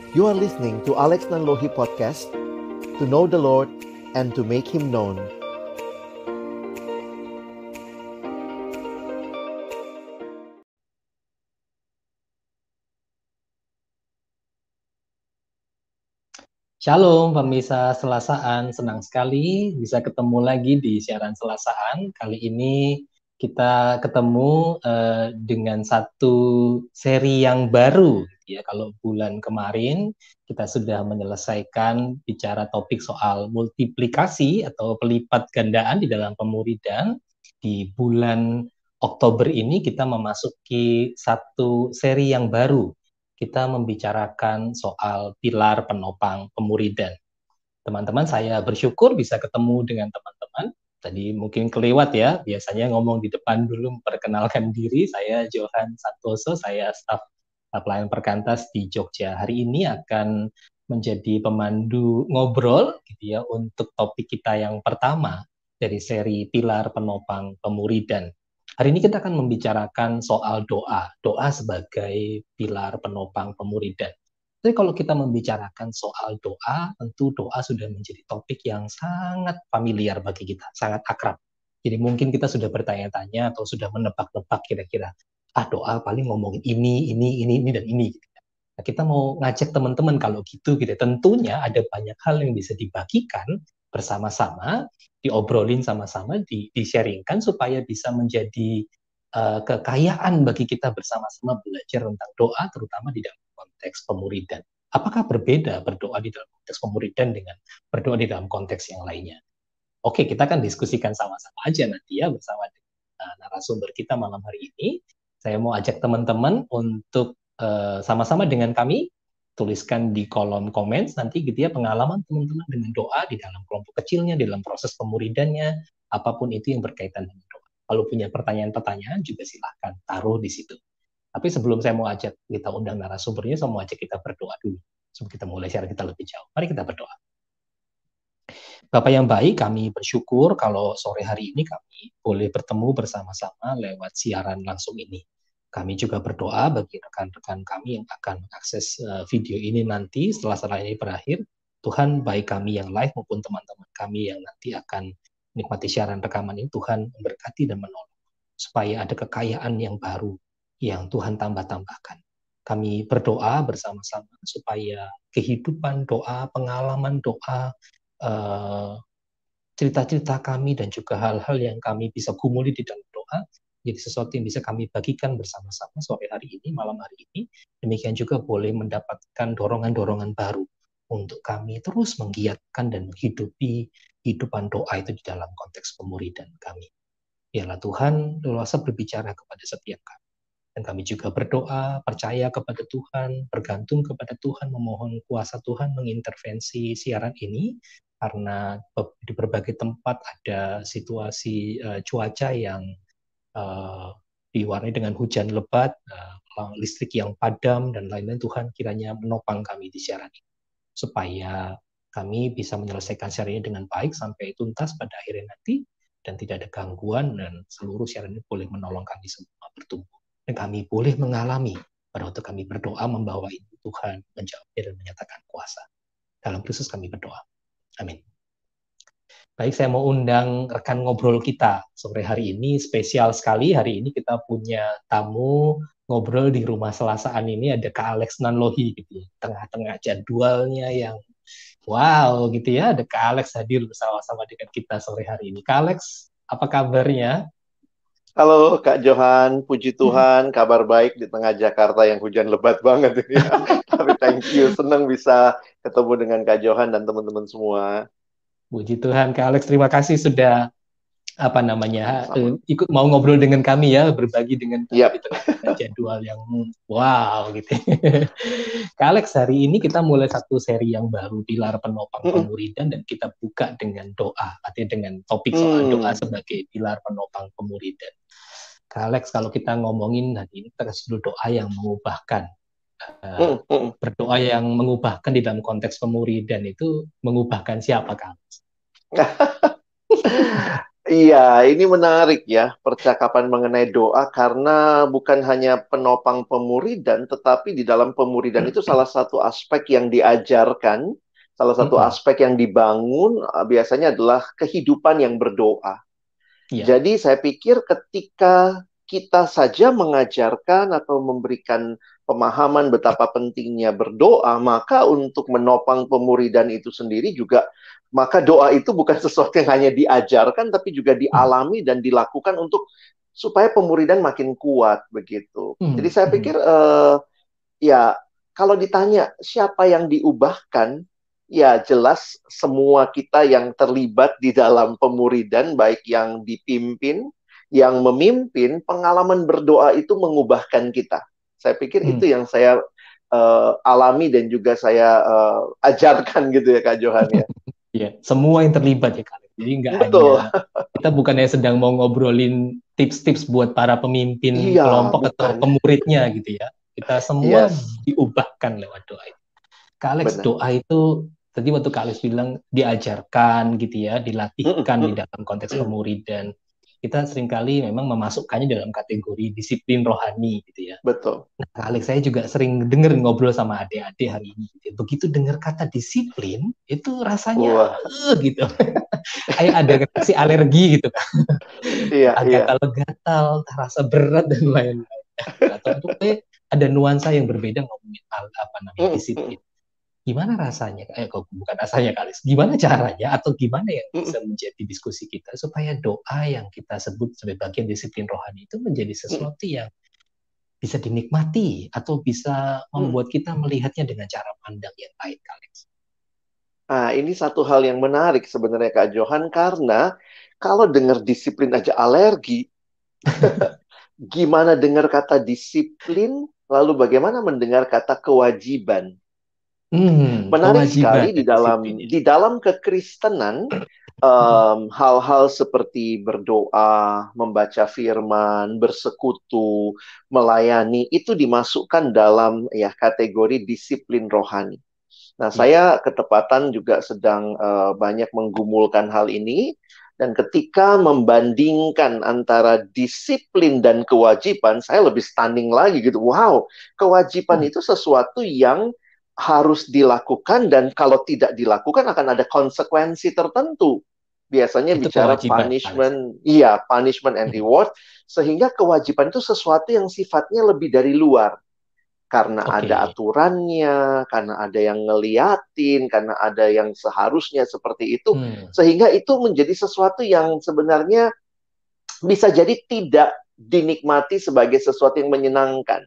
You are listening to Alex Nanlohi Podcast, to know the Lord and to make Him known. Shalom pemirsa Selasaan, senang sekali bisa ketemu lagi di siaran Selasaan. Kali ini kita ketemu dengan satu seri yang baru. Ya, kalau bulan kemarin kita sudah menyelesaikan bicara topik soal multiplikasi atau pelipat gandaan di dalam pemuridan. Di bulan Oktober ini kita memasuki satu seri yang baru. Kita membicarakan soal pilar penopang pemuridan. Teman-teman, saya bersyukur bisa ketemu dengan teman-teman. Tadi mungkin kelewat ya, biasanya ngomong di depan dulu memperkenalkan diri. Saya Johan Santoso, saya staf pelayanan perkantas di Jogja. Hari ini akan menjadi pemandu ngobrol gitu ya untuk topik kita yang pertama dari seri pilar penopang pemuridan. Hari ini kita akan membicarakan soal doa sebagai pilar penopang pemuridan. Jadi kalau kita membicarakan soal doa, tentu doa sudah menjadi topik yang sangat familiar bagi kita, sangat akrab. Jadi mungkin kita sudah bertanya-tanya atau sudah menebak-nebak kira-kira, doa paling ngomongin ini, dan ini. Nah, kita mau ngajak teman-teman kalau gitu. Tentunya ada banyak hal yang bisa dibagikan bersama-sama, diobrolin sama-sama, di-sharingkan supaya bisa menjadi kekayaan bagi kita bersama-sama belajar tentang doa, terutama di dalam konteks pemuridan. Apakah berbeda berdoa di dalam konteks pemuridan dengan berdoa di dalam konteks yang lainnya? Oke, kita akan diskusikan sama-sama aja nanti ya bersama dengan narasumber kita malam hari ini. Saya mau ajak teman-teman untuk sama-sama dengan kami tuliskan di kolom komen nanti gitu ya pengalaman teman-teman dengan doa di dalam kelompok kecilnya, di dalam proses pemuridannya, apapun itu yang berkaitan dengan doa. Kalau punya pertanyaan-pertanyaan juga silahkan taruh di situ. Tapi sebelum saya mau ajak kita undang narasumbernya, saya mau ajak kita berdoa dulu. Sebelum kita mulai share kita lebih jauh. Mari kita berdoa. Bapak yang baik, kami bersyukur kalau sore hari ini kami boleh bertemu bersama-sama lewat siaran langsung ini. Kami juga berdoa bagi rekan-rekan kami yang akan mengakses video ini nanti setelah siaran ini berakhir. Tuhan, baik kami yang live maupun teman-teman kami yang nanti akan menikmati siaran rekaman ini, Tuhan memberkati dan menolong supaya ada kekayaan yang baru yang Tuhan tambah-tambahkan. Kami berdoa bersama-sama supaya kehidupan doa, pengalaman doa, cerita-cerita kami dan juga hal-hal yang kami bisa gumuli di dalam doa jadi sesuatu yang bisa kami bagikan bersama-sama sore hari ini, malam hari ini. Demikian juga boleh mendapatkan dorongan-dorongan baru untuk kami terus menggiatkan dan menghidupi kehidupan doa itu di dalam konteks pemuridan kami. Biarlah Tuhan leluasa berbicara kepada setiap kami. Dan kami juga berdoa, percaya kepada Tuhan, bergantung kepada Tuhan, memohon kuasa Tuhan mengintervensi siaran ini, karena di berbagai tempat ada situasi cuaca yang diwarnai dengan hujan lebat, listrik yang padam, dan lain-lain. Tuhan kiranya menopang kami di siaran ini, supaya kami bisa menyelesaikan siaran ini dengan baik sampai tuntas pada akhirnya nanti, dan tidak ada gangguan, dan seluruh siaran ini boleh menolong kami semua bertumbuh. Dan kami boleh mengalami pada waktu kami berdoa membawa itu Tuhan menjawabnya dan menyatakan kuasa. Dalam Kristus kami berdoa. Amin. Baik, saya mau undang rekan ngobrol kita sore hari ini. Spesial sekali hari ini kita punya tamu ngobrol di rumah Selasaan ini, ada Kak Alex Nanlohi gitu ya. Tengah-tengah jadwalnya yang wow gitu ya, ada Kak Alex hadir bersama-sama dengan kita sore hari ini. Kak Alex, apa kabarnya? Halo Kak Johan, puji Tuhan, kabar baik di tengah Jakarta yang hujan lebat banget ini ya. Tapi thank you, senang bisa ketemu dengan Kak Johan dan teman-teman semua. Puji Tuhan, Kak Alex, terima kasih sudah Sama-sama. ikut mau ngobrol dengan kami ya, berbagi dengan kami di Yap. tengah jadwal yang wow gitu. Kak Alex, hari ini kita mulai satu seri yang baru, pilar penopang pemuridan, dan kita buka dengan doa, artinya dengan topik soal doa sebagai pilar penopang pemuridan. Kak Alex, kalau kita ngomongin hari ini, kita kasih dulu doa yang mengubahkan. Berdoa yang mengubahkan di dalam konteks pemuridan itu mengubahkan siapa, Kak Alex? Iya, ini menarik ya, percakapan mengenai doa karena bukan hanya penopang pemuridan, tetapi di dalam pemuridan itu salah satu aspek yang diajarkan, salah satu Mm-mm. aspek yang dibangun biasanya adalah kehidupan yang berdoa. Iya. Jadi saya pikir ketika kita saja mengajarkan atau memberikan pemahaman betapa pentingnya berdoa, maka untuk menopang pemuridan itu sendiri juga, maka doa itu bukan sesuatu yang hanya diajarkan, tapi juga Mm. dialami dan dilakukan untuk supaya pemuridan makin kuat begitu. Jadi Mm. saya pikir Mm. ya, kalau ditanya siapa yang diubahkan, ya jelas semua kita yang terlibat di dalam pemuridan, baik yang dipimpin, yang memimpin, pengalaman berdoa itu mengubahkan kita. Saya pikir Mm. itu yang saya alami dan juga saya ajarkan gitu ya Kak Johan ya. Iya, semua yang terlibat ya Kak. Jadi nggak hanya Betul. kita bukannya sedang mau ngobrolin tips-tips buat para pemimpin Iya, kelompok atau bukan. pemuridnya gitu ya. Kita semua Yes, diubahkan lewat doa itu. Kak Alex, benar. doa itu tadi waktu Kak Alex bilang diajarkan gitu ya, Mm-mm, dilatihkan di dalam konteks mm-mm. pemuridan. Kita seringkali memang memasukkannya dalam kategori disiplin rohani gitu ya. Betul. Nah, Kak Alex, saya juga sering dengar ngobrol sama adik-adik hari ini. Gitu. Begitu dengar kata disiplin, itu rasanya Wah, gitu. Kayak ada reaksi alergi gitu kan. iya, Ada iya. kalau gatal, rasa berat dan lain-lain. Atau itu kayak ada nuansa yang berbeda ngomongin apa namanya Mm, mm, disiplin. Gimana rasanya? Kok bukan rasanya kali. Gimana caranya atau gimana yang mm, bisa menjadi diskusi kita supaya doa yang kita sebut sebagai bagian disiplin rohani itu menjadi mm, sesuatu yang bisa dinikmati atau bisa mm. membuat kita melihatnya dengan cara pandang yang lain, kali. Nah, ini satu hal yang menarik sebenarnya Kak Johan, karena kalau dengar disiplin aja alergi, gimana dengar kata disiplin, lalu bagaimana mendengar kata kewajiban? Menarik Kewajiban sekali dan disiplin ya. di dalam kekristenan, hal-hal seperti berdoa, membaca firman, bersekutu, melayani, itu dimasukkan dalam ya kategori disiplin rohani. Nah, Iya. saya ketepatan juga sedang banyak menggumulkan hal ini. Dan ketika membandingkan antara disiplin dan kewajiban, saya lebih stunning lagi gitu. Wow, kewajiban Hmm, itu sesuatu yang harus dilakukan dan kalau tidak dilakukan akan ada konsekuensi tertentu. Biasanya itu bicara kewajiban, Alex. punishment, iya, punishment and Hmm, reward, sehingga kewajiban itu sesuatu yang sifatnya lebih dari luar karena ada Oke. aturannya, karena ada yang ngeliatin, karena ada yang seharusnya seperti itu, Hmm, sehingga itu menjadi sesuatu yang sebenarnya bisa jadi tidak dinikmati sebagai sesuatu yang menyenangkan.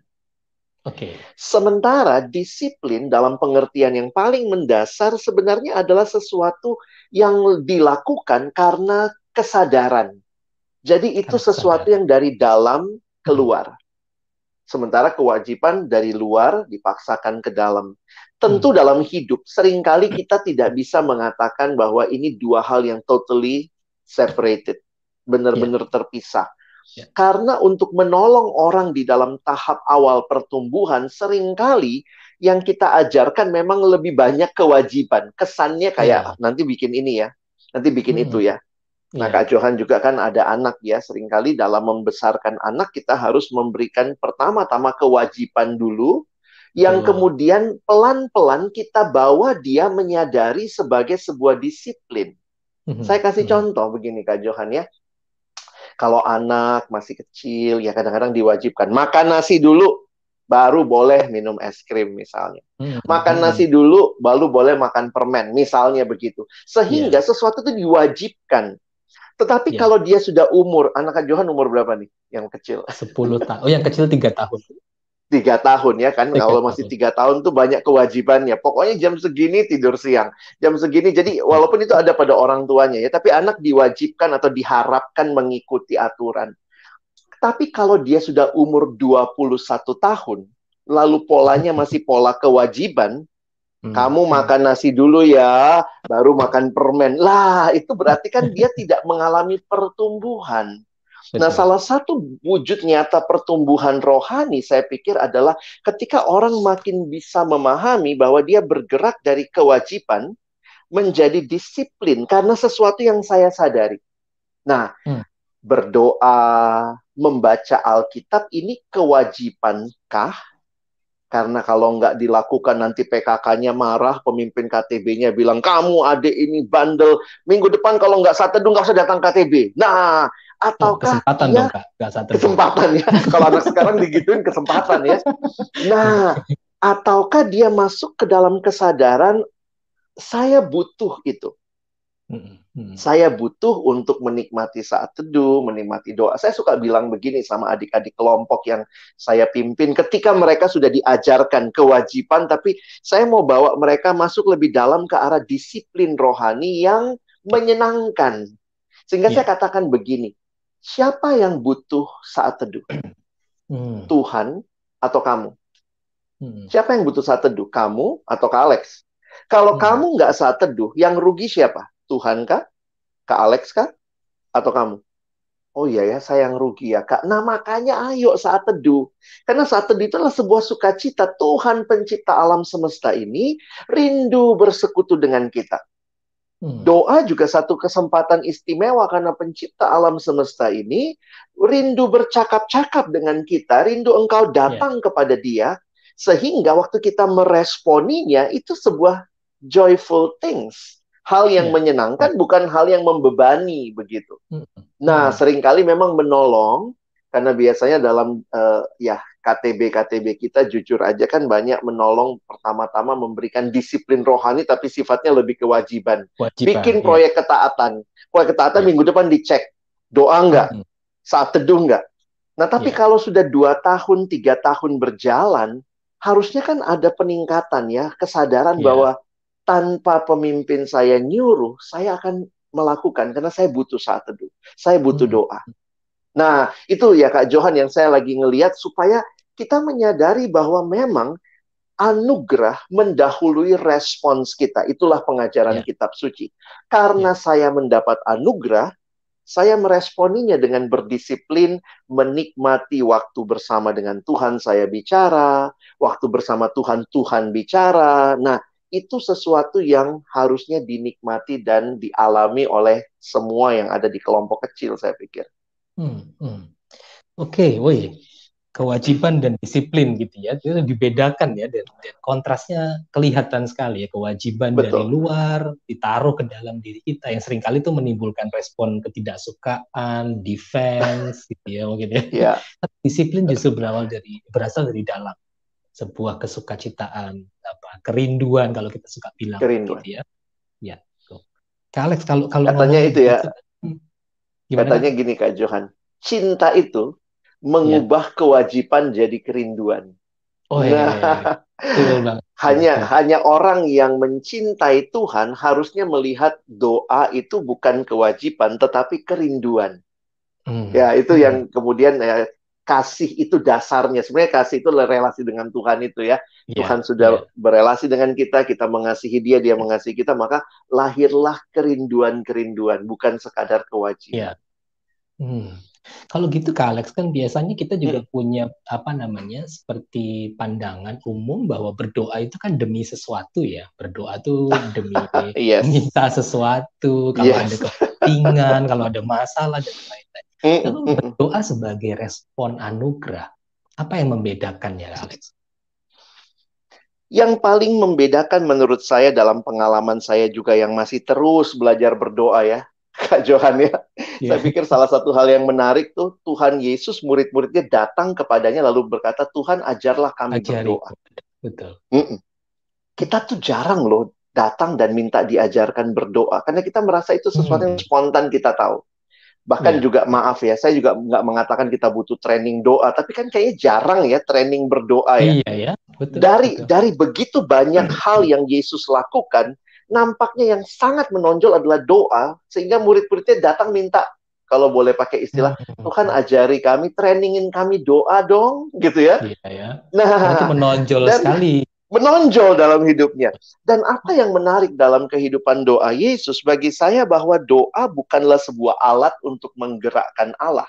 oke. Sementara disiplin dalam pengertian yang paling mendasar sebenarnya adalah sesuatu yang dilakukan karena kesadaran. Jadi itu Karena sesuatu kesadaran. yang dari dalam Hmm, keluar. Sementara kewajiban dari luar dipaksakan ke dalam. Tentu hmm, dalam hidup, seringkali kita tidak bisa mengatakan bahwa ini dua hal yang totally separated. ya, Benar-benar terpisah. ya. Karena untuk menolong orang di dalam tahap awal pertumbuhan, seringkali yang kita ajarkan memang lebih banyak kewajiban. Kesannya kayak, Hmm, nanti bikin ini ya, nanti bikin hmm, itu ya. Nah, ya. Kak Johan juga kan ada anak ya. Seringkali dalam membesarkan anak kita harus memberikan pertama-tama kewajiban dulu, yang Betul. kemudian pelan-pelan kita bawa dia menyadari sebagai sebuah disiplin. Hmm, Saya kasih hmm, contoh begini Kak Johan ya. Kalau anak masih kecil ya kadang-kadang diwajibkan makan nasi dulu, baru boleh minum es krim misalnya. hmm, Makan hmm, nasi dulu, baru boleh makan permen, misalnya begitu. ya, Sehingga sesuatu itu diwajibkan. Tetapi ya. kalau dia sudah anak Johan umur berapa nih? Yang kecil. 10 tahun. Oh, yang kecil 3 tahun. 3 tahun ya kan. Tiga Kalau masih tahun. 3 tahun tuh banyak kewajibannya. Pokoknya jam segini tidur siang. Jam segini. Jadi walaupun itu ada pada orang tuanya ya. Tapi anak diwajibkan atau diharapkan mengikuti aturan. Tapi kalau dia sudah umur 21 tahun. Lalu polanya masih pola kewajiban. Hmm, Kamu hmm, makan nasi dulu ya. Baru makan permen. Lah itu berarti kan dia tidak mengalami pertumbuhan. Nah, betul. salah satu wujud nyata pertumbuhan rohani, saya pikir adalah ketika orang makin bisa memahami bahwa dia bergerak dari kewajiban menjadi disiplin karena sesuatu yang saya sadari. Nah, Hmm. berdoa, membaca Alkitab ini kewajibankah? Karena kalau nggak dilakukan nanti PKK-nya marah, pemimpin KTB-nya bilang, kamu adik ini bandel, minggu depan kalau nggak saat teduh nggak usah datang KTB. Nah, Oh, ataukah kesempatan dong, dia Kak. Nggak saat teduh. kesempatan ya? Kalau anak sekarang digituin kesempatan ya. Nah, ataukah dia masuk ke dalam kesadaran, saya butuh itu. Saya butuh untuk menikmati saat teduh, menikmati doa. Saya suka bilang begini sama adik-adik kelompok yang saya pimpin. Ketika mereka sudah diajarkan kewajiban, tapi saya mau bawa mereka masuk lebih dalam ke arah disiplin rohani yang menyenangkan. Sehingga saya katakan begini, siapa yang butuh saat teduh? Tuhan atau kamu? Siapa yang butuh saat teduh? Kamu atau Kak Alex? Kalau kamu nggak saat teduh, yang rugi siapa? Tuhan kah? Kak Alex kah? Atau kamu? Oh iya ya, saya yang rugi ya, Kak. Nah, makanya ayo saat teduh. Karena saat teduh itu adalah sebuah sukacita. Tuhan pencipta alam semesta ini rindu bersekutu dengan kita. Doa juga satu kesempatan istimewa karena pencipta alam semesta ini rindu bercakap-cakap dengan kita, rindu engkau datang kepada dia, sehingga waktu kita meresponinya itu sebuah joyful things. Hal yang menyenangkan, bukan hal yang membebani begitu. Nah, seringkali memang menolong, karena biasanya dalam KTB kita jujur aja kan banyak menolong pertama-tama memberikan disiplin rohani, tapi sifatnya lebih kewajiban. Bikin proyek ketaatan. Proyek ketaatan minggu depan dicek. Doa nggak? Saat teduh nggak? Nah, tapi kalau sudah 2 tahun, 3 tahun berjalan, harusnya kan ada peningkatan ya, kesadaran bahwa tanpa pemimpin saya nyuruh, saya akan melakukan karena saya butuh saat teduh. Saya butuh doa. Nah, itu ya Kak Johan yang saya lagi ngelihat supaya kita menyadari bahwa memang anugerah mendahului respons kita. Itulah pengajaran kitab suci. Karena saya mendapat anugerah, saya meresponinya dengan berdisiplin, menikmati waktu bersama dengan Tuhan saya bicara, waktu bersama Tuhan, Tuhan bicara. Nah, itu sesuatu yang harusnya dinikmati dan dialami oleh semua yang ada di kelompok kecil, saya pikir. Oke, woi, kewajiban dan disiplin gitu ya, itu dibedakan ya, dan kontrasnya kelihatan sekali ya, kewajiban dari luar ditaruh ke dalam diri kita yang seringkali itu menimbulkan respon ketidaksukaan, defense gitu ya mungkin ya. Disiplin justru berasal dari dalam, sebuah kesukacitaan, kerinduan kalau kita suka bilang gitu ya. Ya. Kak Alex, kalau katanya itu ya, gimana, katanya gini Kak Johan, cinta itu mengubah kewajiban jadi kerinduan. Betul banget. Hanya orang yang mencintai Tuhan harusnya melihat doa itu bukan kewajiban tetapi kerinduan. Ya, itu yang kemudian kasih itu dasarnya. Sebenarnya kasih itu relasi dengan Tuhan itu ya. Tuhan sudah berelasi dengan kita, kita mengasihi dia, dia mengasihi kita, maka lahirlah kerinduan-kerinduan, bukan sekadar kewajiban. Kalau gitu Kak Alex, kan biasanya kita juga punya seperti pandangan umum bahwa berdoa itu kan demi sesuatu ya. Berdoa tuh demi minta sesuatu, kalau ada kepentingan, kalau ada masalah dan lain-lain. Lalu berdoa sebagai respon anugerah, apa yang membedakannya Kak Alex? Yang paling membedakan menurut saya dalam pengalaman saya juga yang masih terus belajar berdoa ya, Kak Johan ya. Saya pikir salah satu hal yang menarik tuh, Tuhan Yesus murid-muridnya datang kepadanya lalu berkata, Tuhan ajarlah kami berdoa. Betul. Kita tuh jarang loh datang dan minta diajarkan berdoa. Karena kita merasa itu sesuatu yang spontan kita tahu. Bahkan juga maaf ya, saya juga nggak mengatakan kita butuh training doa. Tapi kan kayaknya jarang ya training berdoa ya. Iya ya, betul. Dari begitu banyak hal yang Yesus lakukan, nampaknya yang sangat menonjol adalah doa, sehingga murid-muridnya datang minta, kalau boleh pakai istilah, Tuhan ajari kami, trainingin kami doa dong, gitu ya. Iya ya. Nah, itu menonjol sekali. Menonjol dalam hidupnya. Dan apa yang menarik dalam kehidupan doa Yesus, bagi saya bahwa doa bukanlah sebuah alat untuk menggerakkan Allah.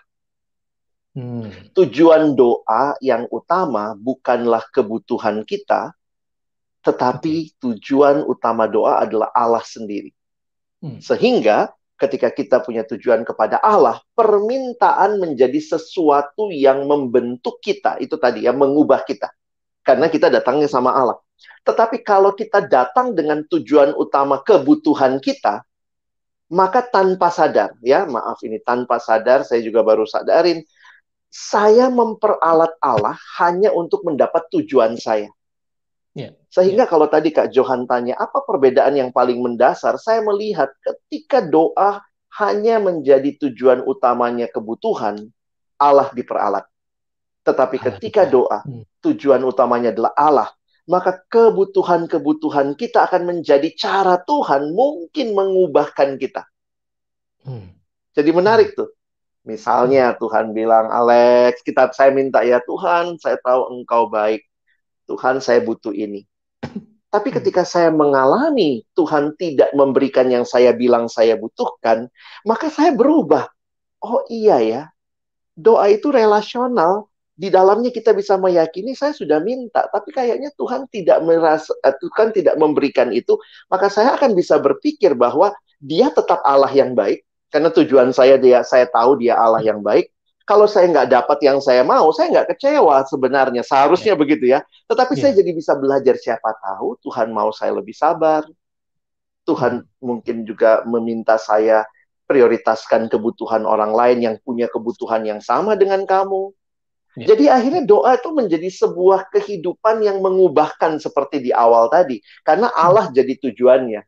Tujuan doa yang utama bukanlah kebutuhan kita, tetapi tujuan utama doa adalah Allah sendiri. Sehingga ketika kita punya tujuan kepada Allah, permintaan menjadi sesuatu yang membentuk kita. Itu tadi ya, mengubah kita. Karena kita datangnya sama Allah. Tetapi kalau kita datang dengan tujuan utama kebutuhan kita, maka tanpa sadar, ya maaf ini tanpa sadar, saya juga baru sadarin, saya memperalat Allah hanya untuk mendapat tujuan saya. Sehingga kalau tadi Kak Johan tanya, apa perbedaan yang paling mendasar? Saya melihat ketika doa hanya menjadi tujuan utamanya kebutuhan, Allah diperalat. Tetapi ketika doa, tujuan utamanya adalah Allah, maka kebutuhan-kebutuhan kita akan menjadi cara Tuhan mungkin mengubahkan kita. Jadi menarik tuh. Misalnya Tuhan bilang, Alex, saya minta ya Tuhan, saya tahu Engkau baik. Tuhan, saya butuh ini. Tapi ketika saya mengalami Tuhan tidak memberikan yang saya bilang saya butuhkan, maka saya berubah. Oh iya ya, doa itu relasional. Di dalamnya kita bisa meyakini saya sudah minta, tapi kayaknya Tuhan Tuhan tidak memberikan itu, maka saya akan bisa berpikir bahwa Dia tetap Allah yang baik, karena tujuan saya tahu Dia Allah yang baik. Kalau saya nggak dapat yang saya mau, saya nggak kecewa sebenarnya. Seharusnya begitu ya. Tetapi saya jadi bisa belajar, siapa tahu Tuhan mau saya lebih sabar. Tuhan mungkin juga meminta saya prioritaskan kebutuhan orang lain yang punya kebutuhan yang sama dengan kamu. Jadi akhirnya doa itu menjadi sebuah kehidupan yang mengubahkan seperti di awal tadi. Karena Allah jadi tujuannya.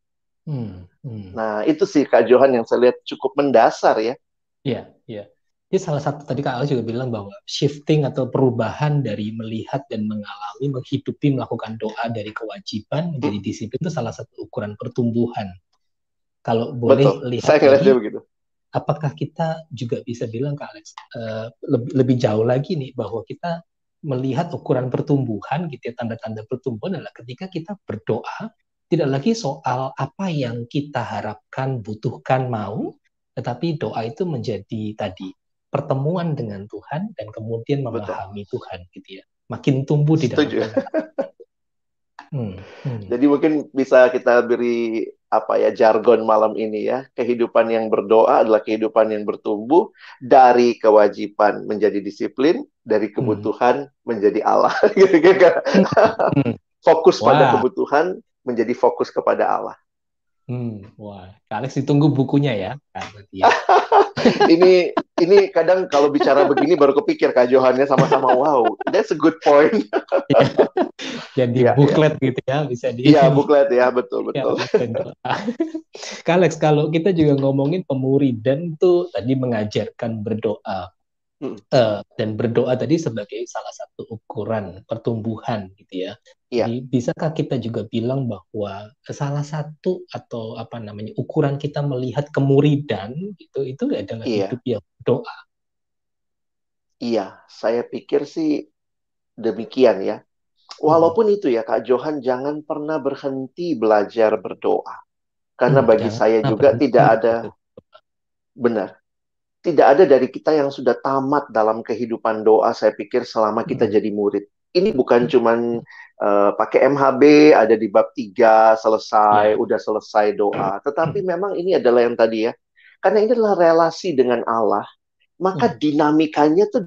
Nah, itu sih Kak Johan yang saya lihat cukup mendasar ya. Iya. Jadi salah satu tadi Kak Alex juga bilang bahwa shifting atau perubahan dari melihat dan mengalami, menghidupi, melakukan doa dari kewajiban menjadi disiplin itu salah satu ukuran pertumbuhan. Kalau boleh lihat lagi, begitu. Apakah kita juga bisa bilang Kak Alex lebih jauh lagi nih bahwa kita melihat ukuran pertumbuhan gitu ya, tanda-tanda pertumbuhan adalah ketika kita berdoa tidak lagi soal apa yang kita harapkan, butuhkan, mau, tetapi doa itu menjadi tadi pertemuan dengan Tuhan dan kemudian memahami Tuhan gitu ya. Makin tumbuh di dalam Tuhan. Jadi mungkin bisa kita beri jargon malam ini ya. Kehidupan yang berdoa adalah kehidupan yang bertumbuh dari kewajiban menjadi disiplin, dari kebutuhan menjadi Allah. Fokus pada kebutuhan menjadi fokus kepada Allah. Wah, Kak Alex ditunggu bukunya ya. Ini kadang kalau bicara begini baru kepikir Kak Johannya sama-sama, wow, that's a good point. Jadi buklet gitu ya, bisa di. Iya, buklet ya, betul. Kak Alex, kalau kita juga ngomongin pemuridan tuh tadi mengajarkan berdoa. Dan berdoa tadi sebagai salah satu ukuran pertumbuhan gitu ya. Jadi bisakah kita juga bilang bahwa salah satu atau ukuran kita melihat kemuridan itu adalah hidup yang berdoa. Iya, saya pikir sih demikian ya. Walaupun itu ya Kak Johan, jangan pernah berhenti belajar berdoa. Karena bagi saya juga tidak ada dari kita yang sudah tamat dalam kehidupan doa, saya pikir selama kita jadi murid. Ini bukan cuman pakai MHB, ada di bab 3, selesai, udah selesai doa. Tetapi memang ini adalah yang tadi ya, karena ini adalah relasi dengan Allah, maka dinamikanya tuh,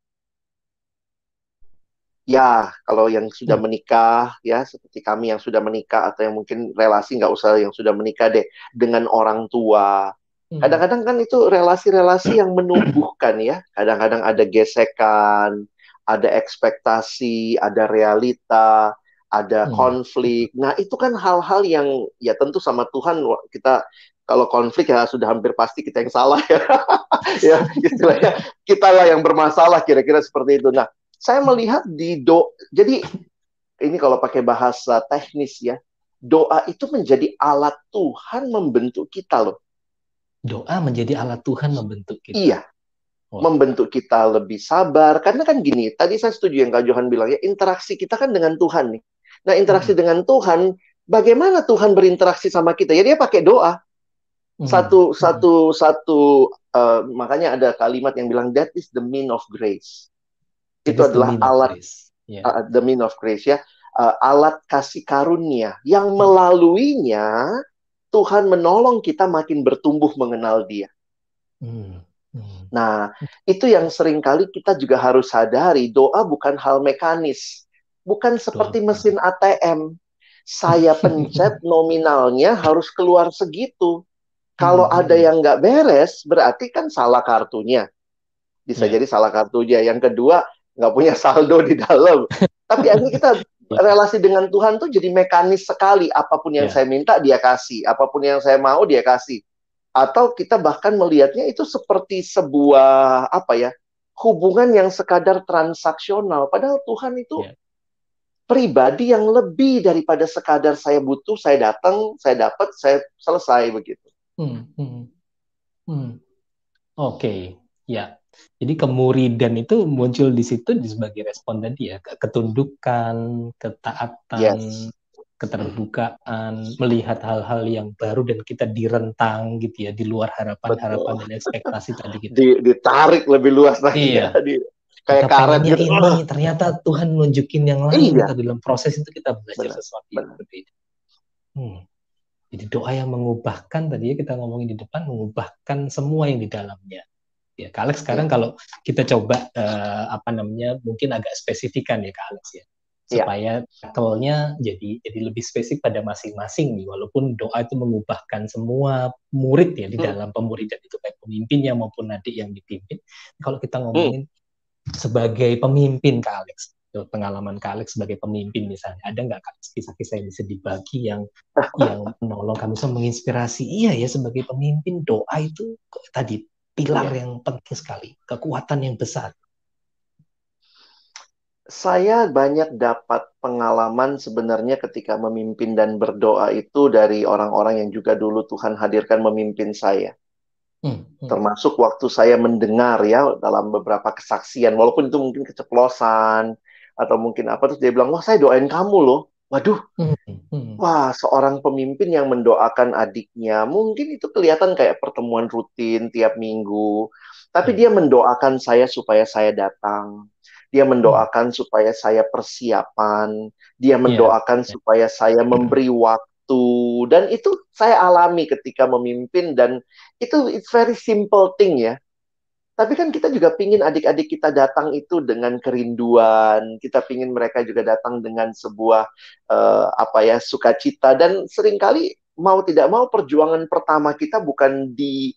ya kalau yang sudah menikah, ya seperti kami yang sudah menikah, atau yang mungkin relasi nggak usah yang sudah menikah deh, dengan orang tua, kadang-kadang kan itu relasi-relasi yang menumbuhkan ya. Kadang-kadang ada gesekan, ada ekspektasi, ada realita, ada konflik. Nah, itu kan hal-hal yang ya tentu sama Tuhan kita kalau konflik ya sudah hampir pasti kita yang salah ya. Ya, istilahnya kitalah yang bermasalah, kira-kira seperti itu. Nah, saya melihat jadi ini kalau pakai bahasa teknis ya, doa itu menjadi alat Tuhan membentuk kita loh. Doa menjadi alat Tuhan membentuk kita. Iya, membentuk kita lebih sabar. Karena kan gini, tadi saya setuju yang Kak Johan bilang ya, interaksi kita kan dengan Tuhan nih. Nah, interaksi dengan Tuhan, bagaimana Tuhan berinteraksi sama kita? Ya dia pakai doa. Makanya ada kalimat yang bilang that is the mean of grace. Itu adalah alat the mean of grace ya, alat kasih karunia yang melaluinya Tuhan menolong kita makin bertumbuh mengenal Dia. Hmm. Hmm. Nah, itu yang seringkali kita juga harus sadari, doa bukan hal mekanis. Bukan seperti Betul. mesin ATM. Saya pencet nominalnya harus keluar segitu. Kalau ada yang nggak beres, berarti kan salah kartunya. Bisa Ya. jadi salah kartunya. Yang kedua, nggak punya saldo di dalam. Tapi akhirnya kita Ya. relasi dengan Tuhan tuh jadi mekanis sekali. Apapun yang Ya. saya minta, Dia kasih. Apapun yang saya mau, Dia kasih. Atau kita bahkan melihatnya itu seperti sebuah hubungan yang sekadar transaksional. Padahal Tuhan itu Ya. pribadi yang lebih daripada sekadar saya butuh, saya datang, saya dapat, saya selesai begitu. Hmm. Hmm. Hmm. Oke, ya. Jadi kemuridan itu muncul di situ sebagai respon tadi ya, ketundukan, ketaatan, Yes. keterbukaan, melihat hal-hal yang baru dan kita direntang gitu ya, di luar harapan-harapan Betul. dan ekspektasi tadi kita. Ditarik lebih luas lagi ya. Iya, Kayak kita karet pengennya gitu. ini, ternyata Tuhan nunjukin yang lain Iya, gitu. Dalam proses itu kita belajar benar, sesuatu yang benar. berbeda. Jadi doa yang mengubahkan, tadi ya kita ngomongin di depan, mengubahkan semua yang di dalamnya. Ya, Kak Alex sekarang Ya, kalau kita coba mungkin agak spesifikan ya Kak Alex ya, ya, supaya tackle-nya jadi lebih spesifik pada masing-masing nih, walaupun doa itu mengubahkan semua murid ya di dalam pemuridan itu, baik pemimpinnya maupun adik yang dipimpin. Kalau kita ngomongin sebagai pemimpin Kak Alex, pengalaman Kak Alex sebagai pemimpin misalnya, ada nggak Kak kisah-kisah yang bisa dibagi yang menolong kami, bisa menginspirasi? Iya ya, sebagai pemimpin doa itu tadi pilar ya. yang penting sekali, kekuatan yang besar. Saya banyak dapat pengalaman sebenarnya ketika memimpin dan berdoa itu dari orang-orang yang juga dulu Tuhan hadirkan memimpin saya. Termasuk waktu saya mendengar ya dalam beberapa kesaksian, walaupun itu mungkin keceplosan atau mungkin apa, terus dia bilang, wah saya doain kamu loh. Waduh, wah seorang pemimpin yang mendoakan adiknya, mungkin itu kelihatan kayak pertemuan rutin tiap minggu. Tapi dia mendoakan saya supaya saya datang. Dia mendoakan supaya saya persiapan. Dia mendoakan supaya saya memberi waktu. Dan itu saya alami ketika memimpin, dan itu it's very simple thing ya. Tapi kan kita juga pingin adik-adik kita datang itu dengan kerinduan. Kita pingin mereka juga datang dengan sebuah sukacita. Dan seringkali mau tidak mau perjuangan pertama kita bukan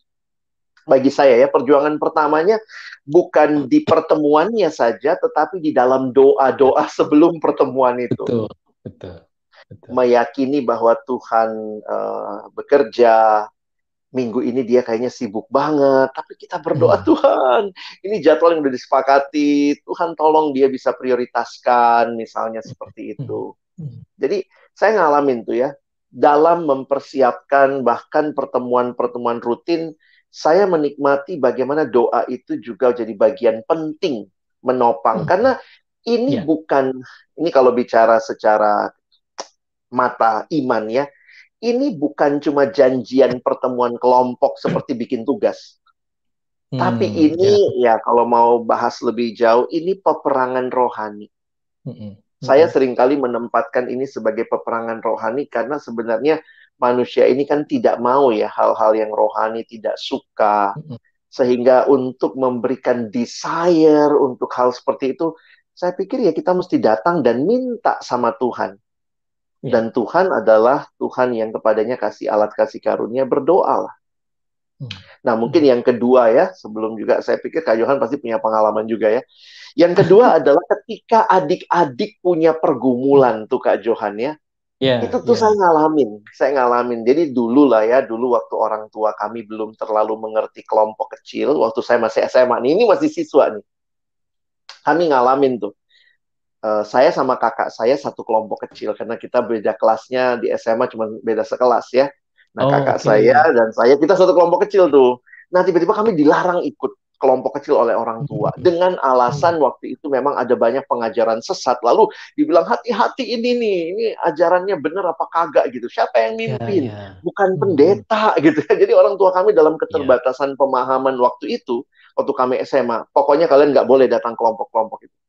bagi saya ya, perjuangan pertamanya bukan di pertemuannya saja, tetapi di dalam doa-doa sebelum pertemuan itu. Betul, betul. Meyakini bahwa Tuhan bekerja. Minggu ini dia kayaknya sibuk banget, tapi kita berdoa, Tuhan, ini jadwal yang udah disepakati, Tuhan tolong dia bisa prioritaskan, misalnya seperti itu. Jadi saya ngalamin tuh ya, dalam mempersiapkan bahkan pertemuan-pertemuan rutin, saya menikmati bagaimana doa itu juga jadi bagian penting menopang. Karena ini ini kalau bicara secara mata iman ya, ini bukan cuma janjian pertemuan kelompok seperti bikin tugas. Tapi ini ya kalau mau bahas lebih jauh, ini peperangan rohani. Saya seringkali menempatkan ini sebagai peperangan rohani karena sebenarnya manusia ini kan tidak mau ya hal-hal yang rohani, tidak suka. Sehingga untuk memberikan desire untuk hal seperti itu, saya pikir ya kita mesti datang dan minta sama Tuhan. Dan Tuhan adalah Tuhan yang kepadanya kasih alat kasih karunia, berdoalah. Nah mungkin yang kedua ya, sebelum juga saya pikir Kak Johan pasti punya pengalaman juga ya. Yang kedua adalah ketika adik-adik punya pergumulan tuh Kak Johan ya. Itu tuh saya ngalamin. Jadi dulu lah ya, dulu waktu orang tua kami belum terlalu mengerti kelompok kecil, waktu saya masih SMA nih, ini masih siswa nih. Kami ngalamin tuh. Saya sama kakak saya satu kelompok kecil karena kita beda kelasnya di SMA, cuma beda sekelas ya. Nah kakak saya dan saya kita satu kelompok kecil tuh. Nah tiba-tiba kami dilarang ikut kelompok kecil oleh orang tua dengan alasan waktu itu memang ada banyak pengajaran sesat. Lalu dibilang hati-hati ini ajarannya bener apa kagak gitu. Siapa yang mimpin? Bukan pendeta gitu. Jadi orang tua kami dalam keterbatasan pemahaman waktu itu, waktu kami SMA, pokoknya kalian nggak boleh datang kelompok-kelompok itu.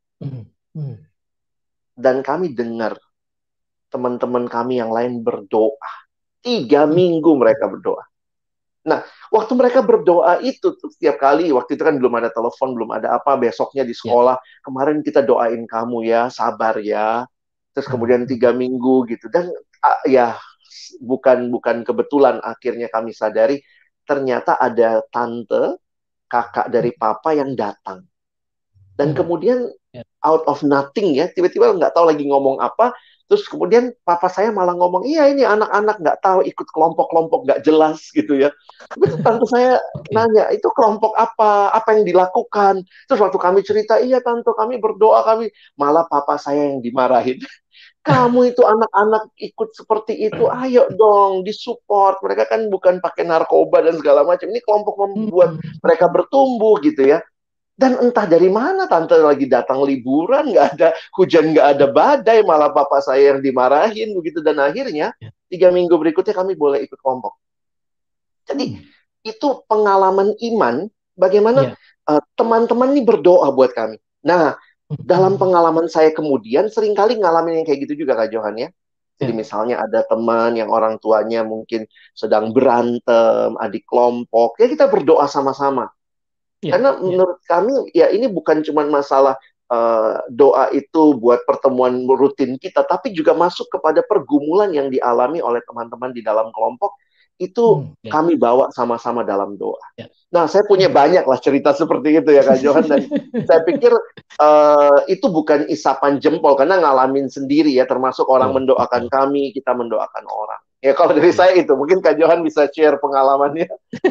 Dan kami dengar teman-teman kami yang lain berdoa. 3 minggu mereka berdoa. Nah, waktu mereka berdoa itu tuh, setiap kali, waktu itu kan belum ada telepon, belum ada apa, besoknya di Ya. sekolah, kemarin kita doain kamu ya, sabar ya. Terus kemudian 3 minggu gitu. Dan ya, bukan kebetulan akhirnya kami sadari, ternyata ada tante, kakak dari papa yang datang. Dan kemudian Ya. out of nothing ya, tiba-tiba nggak tahu lagi ngomong apa, terus kemudian papa saya malah ngomong, iya ini anak-anak nggak tahu ikut kelompok-kelompok nggak jelas gitu ya. Tapi tante saya nanya, itu kelompok apa yang dilakukan? Terus waktu kami cerita, iya tante kami berdoa, malah papa saya yang dimarahin. Kamu itu anak-anak ikut seperti itu, ayo dong disupport. Mereka kan bukan pakai narkoba dan segala macam. Ini kelompok membuat mereka bertumbuh gitu ya. Dan entah dari mana tante lagi datang liburan, nggak ada hujan, nggak ada badai, malah papa saya yang dimarahin begitu. Dan akhirnya 3 minggu berikutnya kami boleh ikut kelompok. Jadi itu pengalaman iman, bagaimana teman-teman ini berdoa buat kami. Nah, dalam pengalaman saya kemudian seringkali ngalamin yang kayak gitu juga Kak Johan ya. Jadi misalnya ada teman yang orang tuanya mungkin sedang berantem, adik kelompok, ya kita berdoa sama-sama. Karena menurut kami, ya ini bukan cuma masalah doa itu buat pertemuan rutin kita, tapi juga masuk kepada pergumulan yang dialami oleh teman-teman di dalam kelompok, itu kami bawa sama-sama dalam doa. Nah, saya punya banyak lah cerita seperti itu ya Kak Johan, dan saya pikir itu bukan isapan jempol, karena ngalamin sendiri ya, termasuk orang mendoakan kami, kita mendoakan orang. Ya kalau dari saya itu, mungkin Kak Johan bisa share pengalamannya.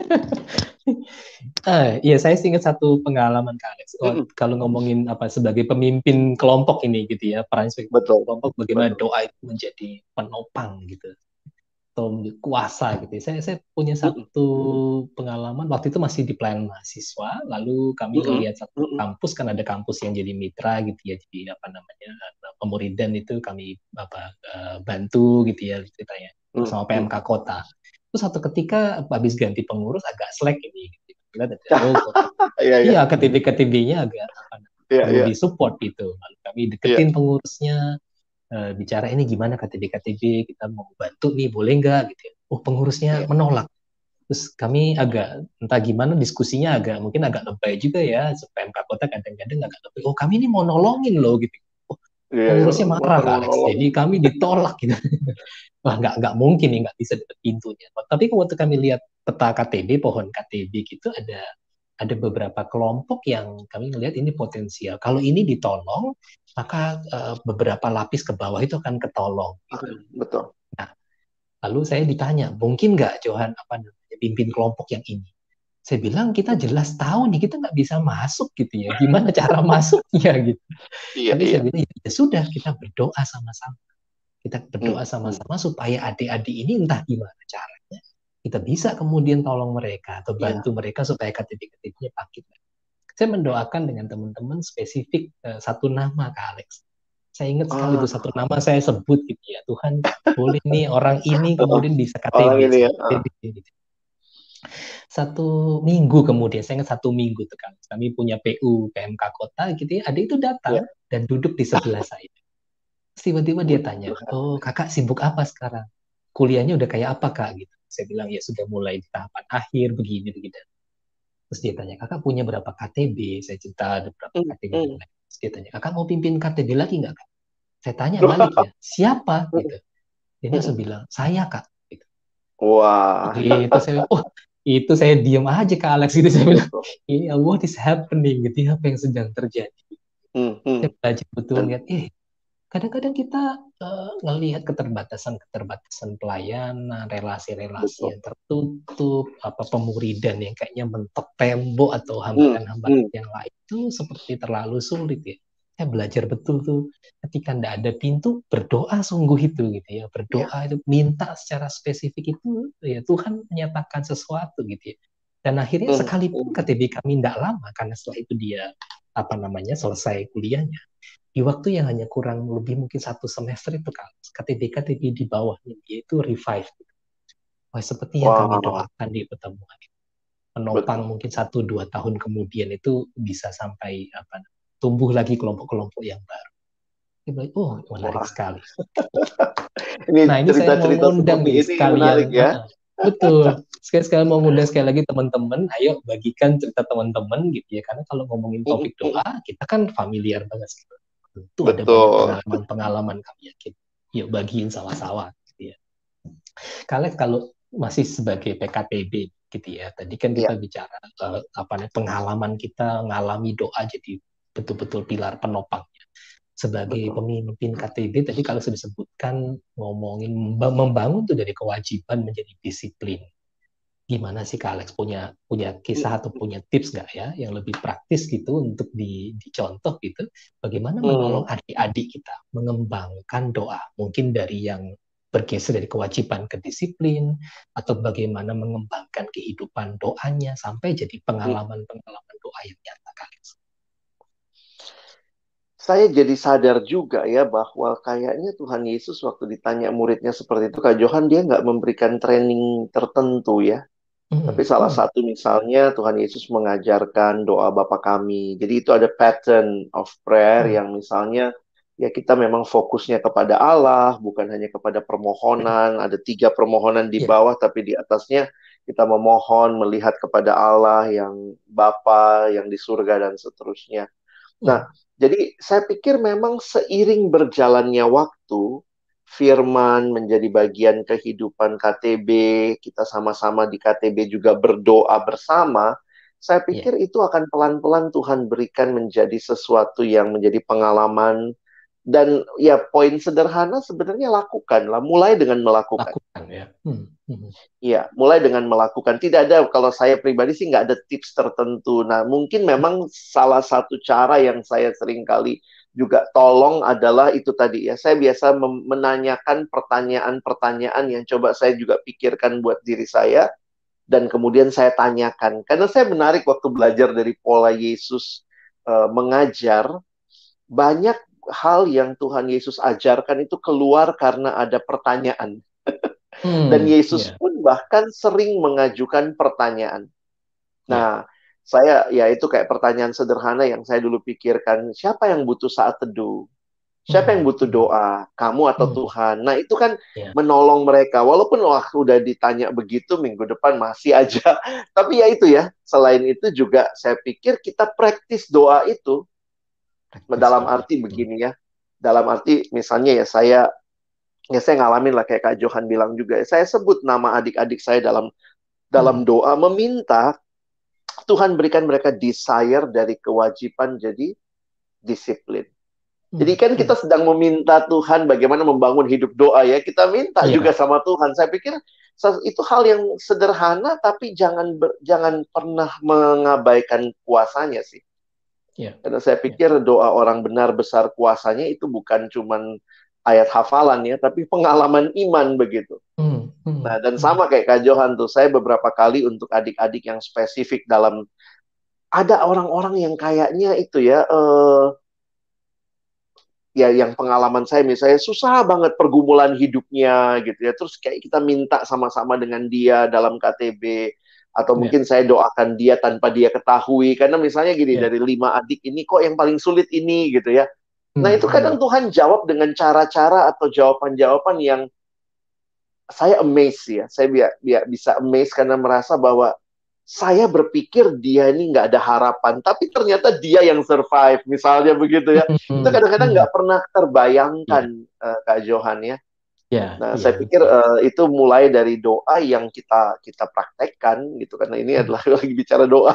Iya, saya ingat satu pengalaman Kak Alex. Kalau ngomongin sebagai pemimpin kelompok ini gitu ya, peran sebagai kelompok, bagaimana doa itu menjadi penopang gitu, atau kuasa gitu. Saya punya satu pengalaman waktu itu masih di pelayanan mahasiswa, lalu kami melihat satu kampus, kan ada kampus yang jadi mitra gitu ya, jadi pemuridan itu kami bantu gitu ya ceritanya bersama PMK Kota. Terus satu ketika habis ganti pengurus agak slack ini. Iya, KTB-KTB-nya agak perlu disupport gitu. Lalu kami deketin pengurusnya, bicara ini gimana KTB-KTB, kita mau bantu nih, boleh nggak gitu. Oh, pengurusnya menolak. Terus kami agak, entah gimana diskusinya mungkin agak lebay juga ya, PMK Kota kadang-kadang agak lebay. Oh, kami ini mau nolongin loh gitu. Oh, pengurusnya marah Kak Alex, jadi kami ditolak gitu. Wah, nggak mungkin nih, nggak bisa dapet pintunya. Tapi waktu kami lihat peta KTB, pohon KTB gitu, ada beberapa kelompok yang kami melihat ini potensial. Kalau ini ditolong, maka beberapa lapis ke bawah itu akan ketolong. Gitu. Betul. Nah, lalu saya ditanya, mungkin nggak Johan pimpin kelompok yang ini? Saya bilang kita jelas tahu nih kita nggak bisa masuk gitu ya. Gimana cara masuknya gitu? Tapi saya bilang ya sudah, kita berdoa sama-sama. Kita berdoa sama-sama supaya adik-adik ini entah gimana caranya kita bisa kemudian tolong mereka atau bantu mereka supaya KTB-KTB-nya bangkit. Saya mendoakan dengan teman-teman spesifik satu nama Kak Alex. Saya ingat sekali itu satu nama saya sebut gitu ya. Tuhan, boleh nih orang ini kemudian bisa KTB. Gitu. Satu minggu kemudian, saya ingat 1 minggu tuh kan. Kami punya PU PMK Kota gitu ya. Adik itu datang dan duduk di sebelah saya. Tiba-tiba dia tanya, oh kakak sibuk apa sekarang? Kuliahnya udah kayak apa kak? Gitu. Saya bilang ya sudah mulai di tahapan akhir begini begitu. Terus dia tanya, kakak punya berapa KTB? Saya cerita ada berapa KTB. Terus dia tanya, kakak mau pimpin KTB lagi nggak kak? Saya tanya balik ya, siapa? Gitu. Dia langsung bilang, saya kak. Gitu. Wah. Gitu saya, itu saya diam aja Kak Alex gitu, saya bilang, ini what is happening gitu, apa yang sedang terjadi. Saya belajar betul lihat, kadang-kadang kita ngelihat keterbatasan pelayanan, relasi-relasi yang tertutup, pemuridan yang kayaknya mentok tembok atau hambatan-hambatan yang lain itu seperti terlalu sulit ya. Saya belajar betul tuh ketika tidak ada pintu, berdoa sungguh itu gitu ya, berdoa itu minta secara spesifik itu ya Tuhan menyatakan sesuatu gitu ya. Dan akhirnya sekalipun KTB kami tidak lama karena setelah itu dia selesai kuliahnya. Di waktu yang hanya kurang lebih mungkin 1 semester itu kan KTB di bawahnya dia itu revive. Seperti yang kami doakan di pertemuan. Menopang mungkin 1-2 tahun kemudian itu bisa sampai tumbuh lagi kelompok-kelompok yang baru. Menarik sekali. Ini Nah, ini saya mau cerita-cerita ngundang seperti nih ini sekalian. menarik ya. Betul. Sekali mau ngundang sekali lagi teman-teman, ayo bagikan cerita teman-teman gitu ya. Karena kalau ngomongin topik doa, kita kan familiar banget gitu. Tentu ada banyak Betul. pengalaman kami yakin. Yuk bagiin sama-sama gitu ya. Kalau masih sebagai PKTB gitu ya. Tadi kan Iya, kita bicara pengalaman kita ngalami doa jadi betul-betul pilar penopangnya. Sebagai betul. pemimpin KTB tadi kalau sudah disebutkan ngomongin membangun tuh dari kewajiban menjadi disiplin. Gimana sih Kak Alex punya kisah atau punya tips nggak ya yang lebih praktis gitu untuk dicontoh gitu? Bagaimana menolong adik-adik kita mengembangkan doa? Mungkin dari yang bergeser dari kewajiban ke disiplin, atau bagaimana mengembangkan kehidupan doanya sampai jadi pengalaman-pengalaman doa yang nyata Kak Alex. Saya jadi sadar juga ya bahwa kayaknya Tuhan Yesus waktu ditanya muridnya seperti itu, Kak Johan, dia nggak memberikan training tertentu ya. Tapi salah satu misalnya Tuhan Yesus mengajarkan doa Bapa Kami. Jadi itu ada pattern of prayer yang misalnya ya kita memang fokusnya kepada Allah, bukan hanya kepada permohonan. Ada 3 permohonan di bawah, tapi di atasnya kita memohon melihat kepada Allah yang Bapa, yang di surga dan seterusnya. Nah, jadi saya pikir memang seiring berjalannya waktu, firman menjadi bagian kehidupan KTB, kita sama-sama di KTB juga berdoa bersama, saya pikir itu akan pelan-pelan Tuhan berikan menjadi sesuatu yang menjadi pengalaman. Dan ya poin sederhana sebenarnya lakukanlah, mulai dengan melakukan. Lakukan ya. Iya, mulai dengan melakukan. Tidak ada, kalau saya pribadi sih nggak ada tips tertentu. Nah, mungkin memang salah satu cara yang saya sering kali juga tolong adalah itu tadi ya. Saya biasa menanyakan pertanyaan-pertanyaan yang coba saya juga pikirkan buat diri saya. Dan kemudian saya tanyakan. Karena saya menarik waktu belajar dari pola Yesus mengajar. Banyak hal yang Tuhan Yesus ajarkan itu keluar karena ada pertanyaan. Dan Yesus pun bahkan sering mengajukan pertanyaan. Nah, saya ya itu kayak pertanyaan sederhana yang saya dulu pikirkan, siapa yang butuh saat teduh? Siapa yang butuh doa? Kamu atau Tuhan? Nah, itu kan menolong mereka. Walaupun udah ditanya begitu, minggu depan masih aja. Tapi ya itu ya, selain itu juga saya pikir kita praktis doa itu. Dalam arti begini ya. Dalam arti misalnya ya saya ngalamin lah kayak Kak Johan bilang juga. Saya sebut nama adik-adik saya dalam doa, meminta Tuhan berikan mereka desire dari kewajiban jadi disiplin. Jadi kan kita sedang meminta Tuhan bagaimana membangun hidup doa ya. Kita minta juga sama Tuhan. Saya pikir itu hal yang sederhana, tapi jangan pernah mengabaikan kuasanya sih. Karena saya pikir doa orang benar besar kuasanya itu bukan cuman ayat hafalan ya, tapi pengalaman iman begitu. Nah, dan sama kayak Kak Johan tuh, saya beberapa kali untuk adik-adik yang spesifik dalam, ada orang-orang yang kayaknya itu ya, ya yang pengalaman saya misalnya susah banget pergumulan hidupnya gitu ya, terus kayak kita minta sama-sama dengan dia dalam KTB, atau mungkin saya doakan dia tanpa dia ketahui, karena misalnya gini, dari 5 adik ini kok yang paling sulit ini gitu ya. Nah, itu kadang Tuhan jawab dengan cara-cara atau jawaban-jawaban yang saya amazed ya. Saya bisa amazed karena merasa bahwa saya berpikir dia ini nggak ada harapan, tapi ternyata dia yang survive, misalnya begitu ya. Itu kadang-kadang nggak pernah terbayangkan, Kak Johan ya. Nah, saya pikir itu mulai dari doa yang kita praktekkan gitu, karena ini adalah lagi bicara doa.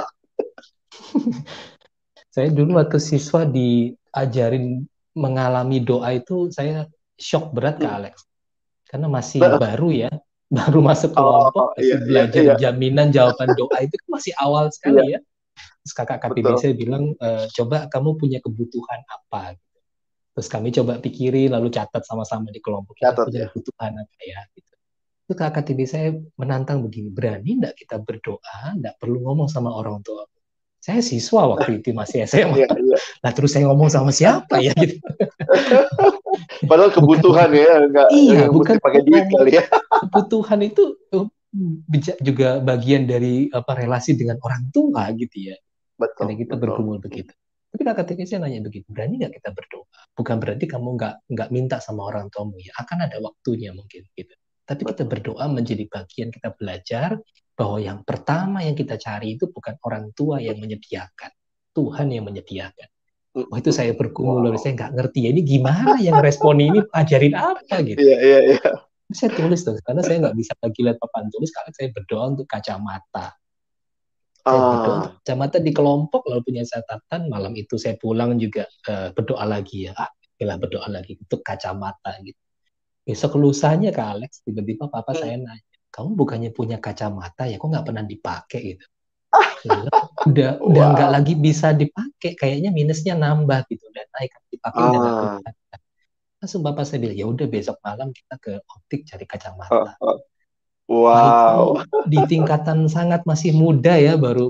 Saya dulu waktu siswa diajarin mengalami doa itu saya shock berat Kak Alex. Karena masih baru ya, baru masuk kelompok, masih belajar jaminan jawaban doa itu masih awal sekali ya. Terus kakak KTB saya bilang, coba kamu punya kebutuhan apa? Terus kami coba pikirin, lalu catat sama-sama di kelompok, kita punya kebutuhan apa ya? Gitu. Itu kakak KTB saya menantang begini, berani nggak kita berdoa, nggak perlu ngomong sama orang tua? Saya siswa waktu itu masih SMA. Nah terus saya ngomong sama siapa ya gitu. Padahal kebutuhan ya, bukan pakai duit kali ya. Kebutuhan itu juga bagian dari relasi dengan orang tua gitu ya. Betul. Karena kita bergumul begitu. Tapi kakak saya nanya begitu, berani nggak kita berdoa? bukan berarti kamu nggak minta sama orang tuamu ya, akan ada waktunya mungkin gitu. Tapi kita berdoa menjadi bagian kita belajar bahwa yang pertama yang kita cari itu bukan orang tua yang menyediakan, Tuhan yang menyediakan. Wah itu saya bergumul, saya nggak ngerti ya ini gimana yang respon ini ajarin apa gitu. Iya. Saya tulis tuh, karena saya nggak bisa lagi lihat papan tulis, karena saya berdoa untuk kacamata. Saya berdoa untuk kacamata di kelompok, lalu punya catatan, malam itu saya pulang juga berdoa lagi ya, berdoa lagi untuk kacamata gitu. Besok lusanya Kak Alex, tiba-tiba papa saya nanya, kamu bukannya punya kacamata ya, kok nggak pernah dipakai gitu. Udah nggak lagi bisa dipakai, kayaknya minusnya nambah gitu, udah naik dipakai udah nggak kelihatan. Langsung bapak saya bilang, ya udah besok malam kita ke optik cari kacamata. Wow. Nah, itu di tingkatan sangat masih muda ya, baru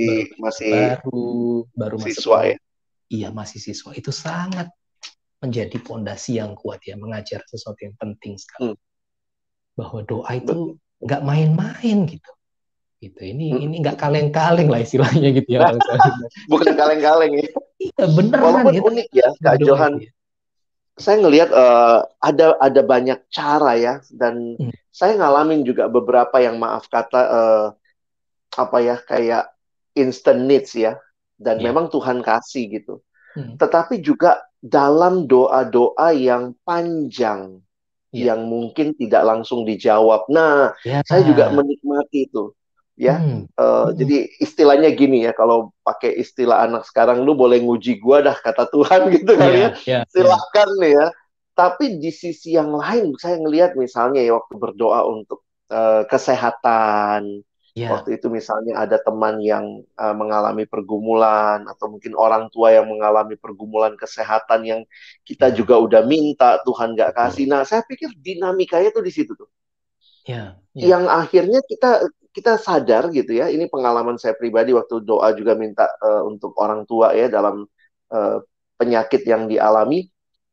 siswa masuk. Ya. Iya, masih siswa. Itu sangat menjadi fondasi yang kuat ya, mengajar sesuatu yang penting sekali. Bahwa doa itu nggak main-main gitu. Ini nggak kaleng-kaleng lah istilahnya gitu ya. Bukan kaleng-kaleng ya. Iya, beneran. Walaupun unik ya, Kak Johan. Ya. Saya ngelihat ada banyak cara ya, dan saya ngalamin juga beberapa yang maaf kata kayak instant needs ya, dan memang Tuhan kasih gitu. Tetapi juga dalam doa-doa yang panjang yang mungkin tidak langsung dijawab. Nah, saya juga menikmati itu. Ya, jadi istilahnya gini ya, kalau pakai istilah anak sekarang, lu boleh nguji gua dah kata Tuhan gitu kan ya, silakan ya. Tapi di sisi yang lain, saya ngelihat misalnya ya waktu berdoa untuk kesehatan, waktu itu misalnya ada teman yang mengalami pergumulan, atau mungkin orang tua yang mengalami pergumulan kesehatan yang kita juga udah minta Tuhan nggak kasih. Nah, saya pikir dinamikanya tuh di situ tuh. Yang akhirnya kita sadar gitu ya, ini pengalaman saya pribadi waktu doa juga minta untuk orang tua ya dalam penyakit yang dialami.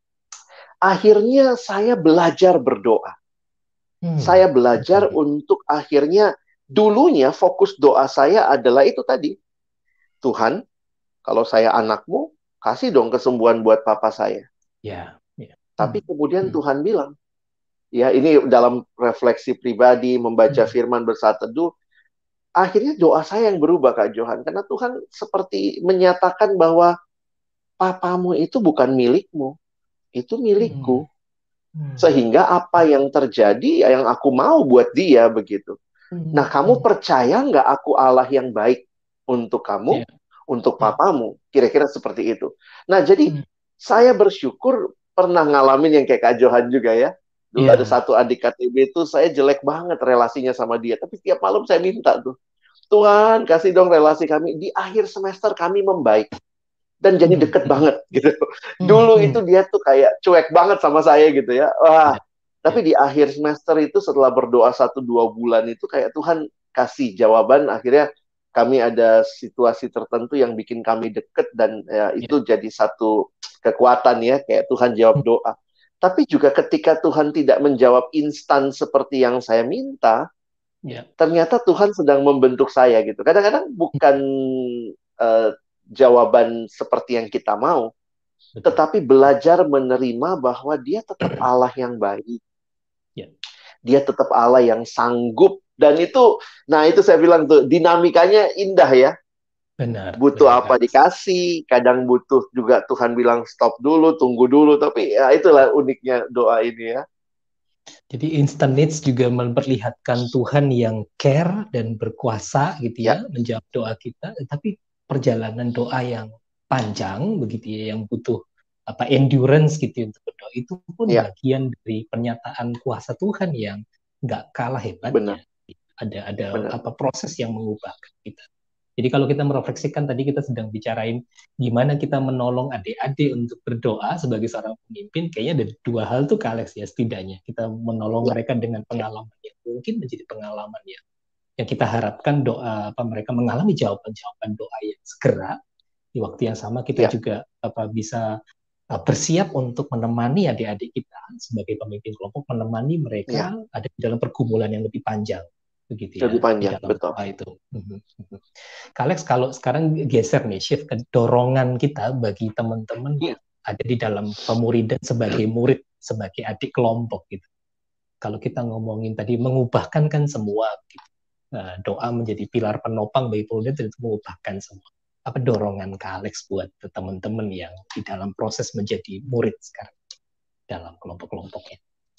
Akhirnya saya belajar berdoa. Saya belajar untuk akhirnya, dulunya fokus doa saya adalah itu tadi. Tuhan, kalau saya anakmu, kasih dong kesembuhan buat papa saya. Tapi kemudian Tuhan bilang, ya ini dalam refleksi pribadi, membaca firman, bersaat teduh, akhirnya doa saya yang berubah Kak Johan. Karena Tuhan seperti menyatakan bahwa papamu itu bukan milikmu, itu milikku. Sehingga apa yang terjadi, yang aku mau buat dia begitu. Nah, kamu percaya nggak aku Allah yang baik untuk kamu, untuk papamu? Kira-kira seperti itu. Nah, jadi saya bersyukur pernah ngalamin yang kayak Kak Johan juga ya. Dulu ada satu adik KTB itu, saya jelek banget relasinya sama dia. Tapi tiap malam saya minta tuh, Tuhan kasih dong relasi kami. Di akhir semester kami membaik. Dan jadi deket banget gitu. Dulu itu dia tuh kayak cuek banget sama saya gitu ya. Wah, tapi di akhir semester itu setelah berdoa 1-2 bulan itu kayak Tuhan kasih jawaban. Akhirnya kami ada situasi tertentu yang bikin kami deket, dan ya, itu jadi satu kekuatan ya, kayak Tuhan jawab doa. Tapi juga ketika Tuhan tidak menjawab instan seperti yang saya minta, ternyata Tuhan sedang membentuk saya gitu. Kadang-kadang bukan jawaban seperti yang kita mau, tetapi belajar menerima bahwa dia tetap Allah yang baik. Dia tetap Allah yang sanggup. Dan itu, nah itu saya bilang tuh, dinamikanya indah ya. Butuh apa dikasih, kadang butuh juga Tuhan bilang stop dulu, tunggu dulu. Tapi ya itulah uniknya doa ini ya. Jadi instant needs juga memperlihatkan Tuhan yang care dan berkuasa gitu ya, menjawab doa kita. Tapi perjalanan doa yang panjang begitu ya, yang butuh endurance gitu untuk berdoa, itu pun bagian dari pernyataan kuasa Tuhan yang nggak kalah hebatnya. Ada proses yang mengubahkan kita. Jadi kalau kita merefleksikan, tadi kita sedang bicarain gimana kita menolong adik-adik untuk berdoa sebagai seorang pemimpin, kayaknya ada 2 hal tuh Kak Alex ya, setidaknya kita menolong mereka dengan pengalaman yang mungkin menjadi pengalaman yang kita harapkan doa mereka mengalami jawaban-jawaban doa yang segera. Di waktu yang sama kita juga bisa bersiap untuk menemani adik-adik kita sebagai pemimpin kelompok, menemani mereka ada di dalam pergumulan yang lebih panjang. Begitu ya, lebih panjang, di dalam betul. doa itu. Kak Alex, kalau sekarang geser nih, shift ke dorongan kita bagi teman-teman yang ada di dalam pemuridan sebagai murid, sebagai adik kelompok gitu. Kalau kita ngomongin tadi mengubahkan kan semua gitu. Doa menjadi pilar penopang bagi pemuridan itu mengubahkan semua. Apa dorongan Kak Alex buat teman-teman yang di dalam proses menjadi murid sekarang dalam kelompok-kelompoknya?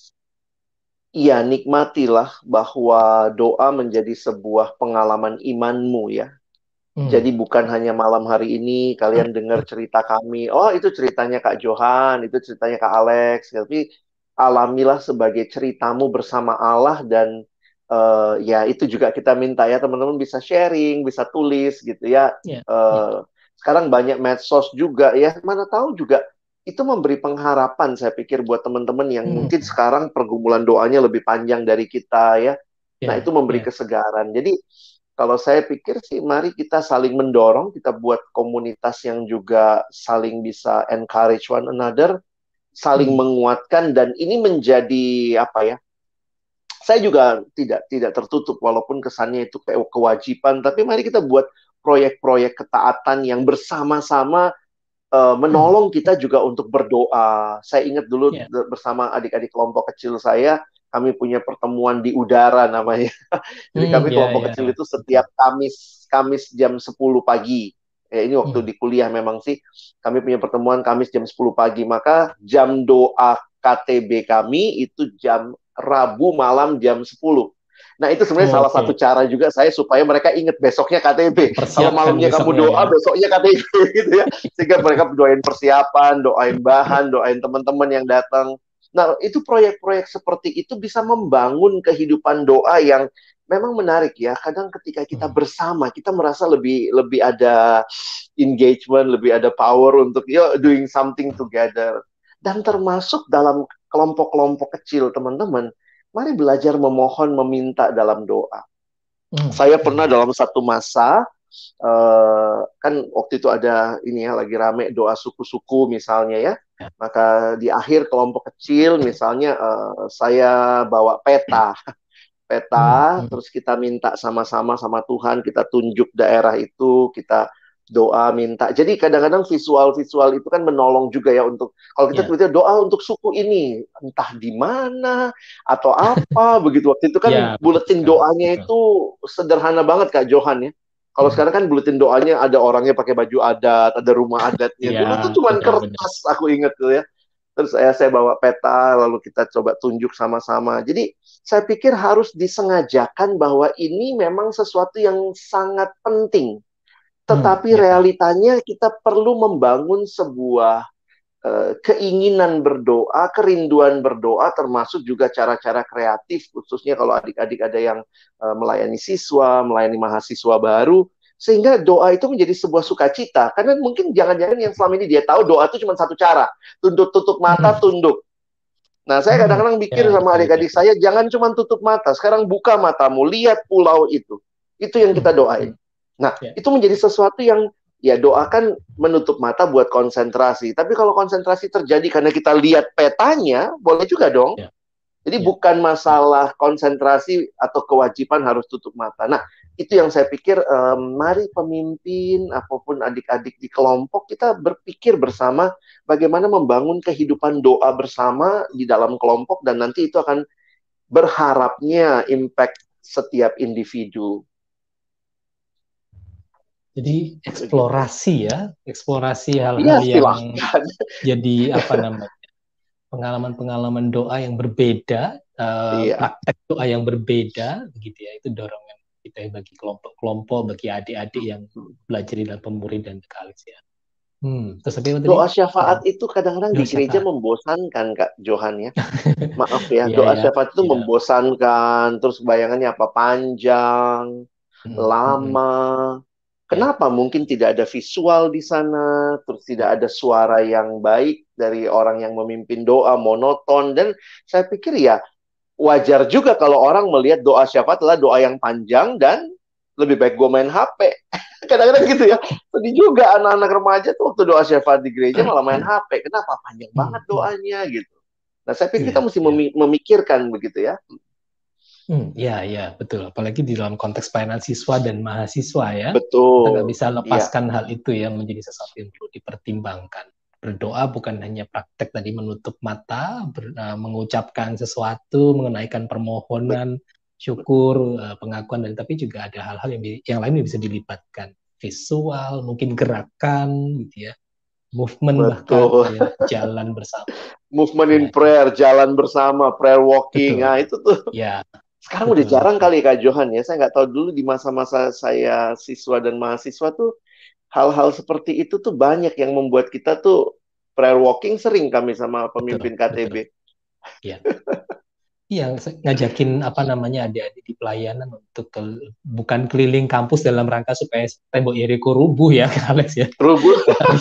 Iya, nikmatilah bahwa doa menjadi sebuah pengalaman imanmu ya. Jadi bukan hanya malam hari ini kalian dengar cerita kami, oh itu ceritanya Kak Johan, itu ceritanya Kak Alex, tapi alamilah sebagai ceritamu bersama Allah dan ya itu juga kita minta ya teman-teman bisa sharing, bisa tulis gitu ya. Sekarang banyak medsos juga ya, mana tahu juga itu memberi pengharapan saya pikir buat teman-teman yang mungkin sekarang pergumulan doanya lebih panjang dari kita ya. Nah itu memberi kesegaran. Jadi kalau saya pikir sih mari kita saling mendorong, kita buat komunitas yang juga saling bisa encourage one another, saling menguatkan dan ini menjadi apa ya? Saya juga tidak tertutup walaupun kesannya itu kayak kewajiban, tapi mari kita buat proyek-proyek ketaatan yang bersama-sama menolong kita juga untuk berdoa. Saya ingat dulu bersama adik-adik kelompok kecil saya, kami punya pertemuan di udara namanya. Jadi kami kelompok kecil itu setiap Kamis jam 10 pagi. Ini waktu di kuliah memang sih, kami punya pertemuan Kamis jam 10 pagi. Maka jam doa KTB kami itu jam Rabu malam jam 10. Nah itu sebenarnya salah satu cara juga saya supaya mereka ingat besoknya KTB. Kalau malamnya kamu doa, besoknya KTB gitu ya. Sehingga mereka doain persiapan, doain bahan, doain teman-teman yang datang. Nah itu proyek-proyek seperti itu bisa membangun kehidupan doa yang memang menarik ya. Kadang ketika kita bersama, kita merasa lebih ada engagement, lebih ada power untuk doing something together. Dan termasuk dalam kelompok-kelompok kecil teman-teman, mari belajar memohon, meminta dalam doa. Saya pernah dalam satu masa, kan waktu itu ada ini ya, lagi rame doa suku-suku misalnya ya. Maka di akhir kelompok kecil, misalnya saya bawa peta, terus kita minta sama-sama sama Tuhan, kita tunjuk daerah itu, kita doa minta. Jadi kadang-kadang visual-visual itu kan menolong juga ya untuk kalau kita tiba-tiba doa untuk suku ini entah di mana atau apa begitu. Waktu itu kan buletin doanya itu sederhana banget Kak Johan ya. Kalau sekarang kan buletin doanya ada orangnya pakai baju adat, ada rumah adatnya. Dulu tuh cuma kertas aku ingat tuh ya. Terus saya bawa peta lalu kita coba tunjuk sama-sama. Jadi saya pikir harus disengajakan bahwa ini memang sesuatu yang sangat penting. Tetapi realitanya kita perlu membangun sebuah keinginan berdoa, kerinduan berdoa, termasuk juga cara-cara kreatif, khususnya kalau adik-adik ada yang melayani siswa, melayani mahasiswa baru, sehingga doa itu menjadi sebuah sukacita. Karena mungkin jangan-jangan yang selama ini dia tahu doa itu cuma satu cara, tutup mata, tunduk. Nah, saya kadang-kadang mikir sama adik-adik saya, jangan cuma tutup mata, sekarang buka matamu, lihat pulau itu. Itu yang kita doain. Nah, itu menjadi sesuatu yang ya doakan menutup mata buat konsentrasi. Tapi kalau konsentrasi terjadi karena kita lihat petanya, boleh juga dong. Jadi bukan masalah konsentrasi atau kewajiban harus tutup mata. Nah, itu yang saya pikir, mari pemimpin, apapun adik-adik di kelompok, kita berpikir bersama bagaimana membangun kehidupan doa bersama di dalam kelompok, dan nanti itu akan berharapnya impact setiap individu. Jadi eksplorasi ya, eksplorasi hal-hal yang jadi apa namanya, pengalaman-pengalaman doa yang berbeda, praktek doa yang berbeda, begitu ya. Itu dorongan kita bagi kelompok-kelompok, bagi adik-adik yang belajar dalam pemuridan kali ya. Terus doa syafaat itu kadang-kadang di gereja membosankan Kak Johan ya. Maaf ya, doa syafaat itu membosankan. Terus bayangannya apa? Panjang, lama. Kenapa? Mungkin tidak ada visual di sana, terus tidak ada suara yang baik dari orang yang memimpin doa, monoton. Dan saya pikir ya wajar juga kalau orang melihat doa syafaat adalah doa yang panjang dan lebih baik gue main HP. Kadang-kadang gitu ya. Sedih juga anak-anak remaja tuh waktu doa syafaat di gereja malah main HP. Kenapa? Panjang banget doanya gitu. Nah saya pikir kita mesti memikirkan begitu ya. Ya, betul. Apalagi di dalam konteks pelayanan siswa dan mahasiswa ya. Betul. Kita nggak bisa lepaskan hal itu ya, menjadi sesuatu yang perlu dipertimbangkan. Berdoa bukan hanya praktek tadi menutup mata, mengucapkan sesuatu, mengenaikan permohonan, syukur, pengakuan, dan tapi juga ada hal-hal yang lain yang bisa dilibatkan. Visual, mungkin gerakan, gitu ya, movement bahkan, Betul. ya, jalan bersama. Movement in Ya, prayer, jalan bersama, prayer walking. Nah, betul. itu tuh Ya, sekarang udah betul, jarang betul. kali Kak Johan ya. Saya nggak tahu dulu di masa-masa saya siswa dan mahasiswa tuh hal-hal seperti itu tuh banyak yang membuat kita tuh prayer walking sering kami sama Betul, pemimpin betul. KTB. Ya. Iya, ngajakin apa namanya adik-adik di pelayanan untuk bukan keliling kampus dalam rangka supaya tembok Yeriko rubuh ya, Alex ya. Rubuh.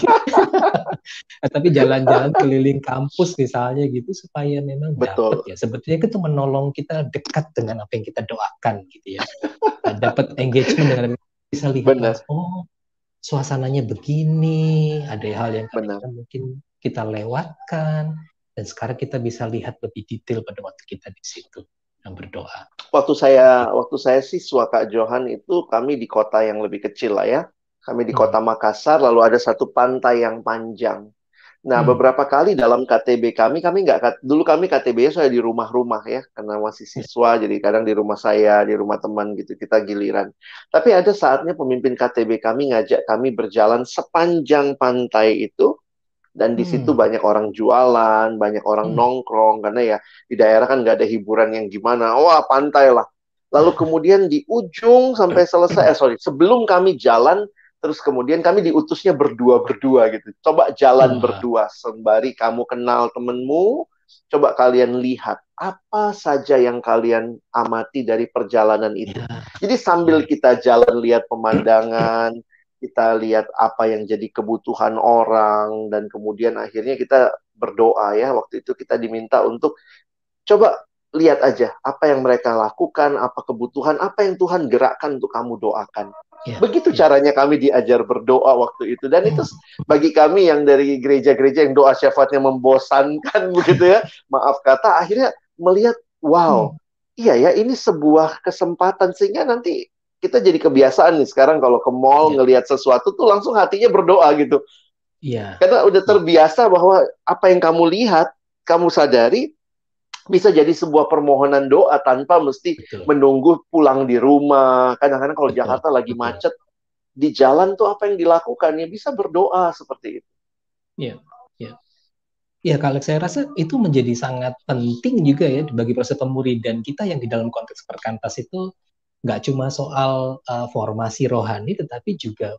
Tapi jalan-jalan keliling kampus misalnya gitu supaya memang dapat Betul. ya. Sebetulnya itu menolong kita dekat dengan apa yang kita doakan gitu ya. Dapat engagement dengan bisa lihat Benar. langsung, oh suasananya begini, ada hal yang Benar. mungkin kita lewatkan. Dan sekarang kita bisa lihat lebih detail pada waktu kita di situ yang berdoa. Waktu saya siswa Kak Johan itu kami di kota yang lebih kecil lah ya. Kami di kota Makassar, lalu ada satu pantai yang panjang. Nah, beberapa kali dalam KTB kami nggak, dulu kami KTB-nya saya di rumah-rumah ya, karena masih siswa, jadi kadang di rumah saya, di rumah teman gitu, kita giliran. Tapi ada saatnya pemimpin KTB kami ngajak kami berjalan sepanjang pantai itu, dan di situ banyak orang jualan, banyak orang nongkrong, karena ya di daerah kan nggak ada hiburan yang gimana. Wah, pantai lah. Lalu kemudian di ujung sampai selesai, sebelum kami jalan, terus kemudian kami diutusnya berdua-berdua gitu. Coba jalan berdua, sembari kamu kenal temenmu, coba kalian lihat apa saja yang kalian amati dari perjalanan itu. Jadi sambil kita jalan lihat pemandangan, kita lihat apa yang jadi kebutuhan orang, dan kemudian akhirnya kita berdoa ya. Waktu itu kita diminta untuk coba lihat aja apa yang mereka lakukan, apa kebutuhan, apa yang Tuhan gerakkan untuk kamu doakan. Begitu caranya kami diajar berdoa waktu itu. Dan itu bagi kami yang dari gereja-gereja yang doa syafaatnya membosankan begitu ya, maaf kata, akhirnya melihat, wow, iya ya, ini sebuah kesempatan, sehingga nanti kita jadi kebiasaan nih sekarang kalau ke mall ngelihat sesuatu tuh langsung hatinya berdoa gitu. Karena udah terbiasa bahwa apa yang kamu lihat, kamu sadari bisa jadi sebuah permohonan doa tanpa mesti menunggu pulang di rumah. Kadang-kadang kalau Jakarta lagi macet, di jalan tuh apa yang dilakukan? Ya bisa berdoa seperti itu. Iya, iya. Ya, kalau saya rasa itu menjadi sangat penting juga ya bagi proses pemuridan kita yang di dalam konteks perkantas itu nggak cuma soal formasi rohani, tetapi juga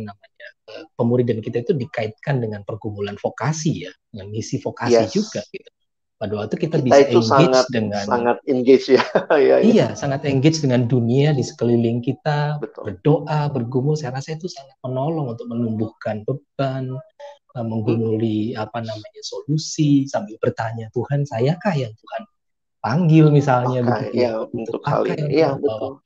pemuridan kita itu dikaitkan dengan pergumulan vokasi ya, dengan misi vokasi juga gitu. Pada waktu kita bisa itu engage dengan sangat engage ya. Iya, sangat engage dengan dunia di sekeliling kita, berdoa, bergumul. Saya rasa itu sangat menolong untuk menumbuhkan beban, menggumuli solusi sambil bertanya, Tuhan sayakah yang Tuhan panggil misalnya begitu ya, untuk hal ini. Iya, betul.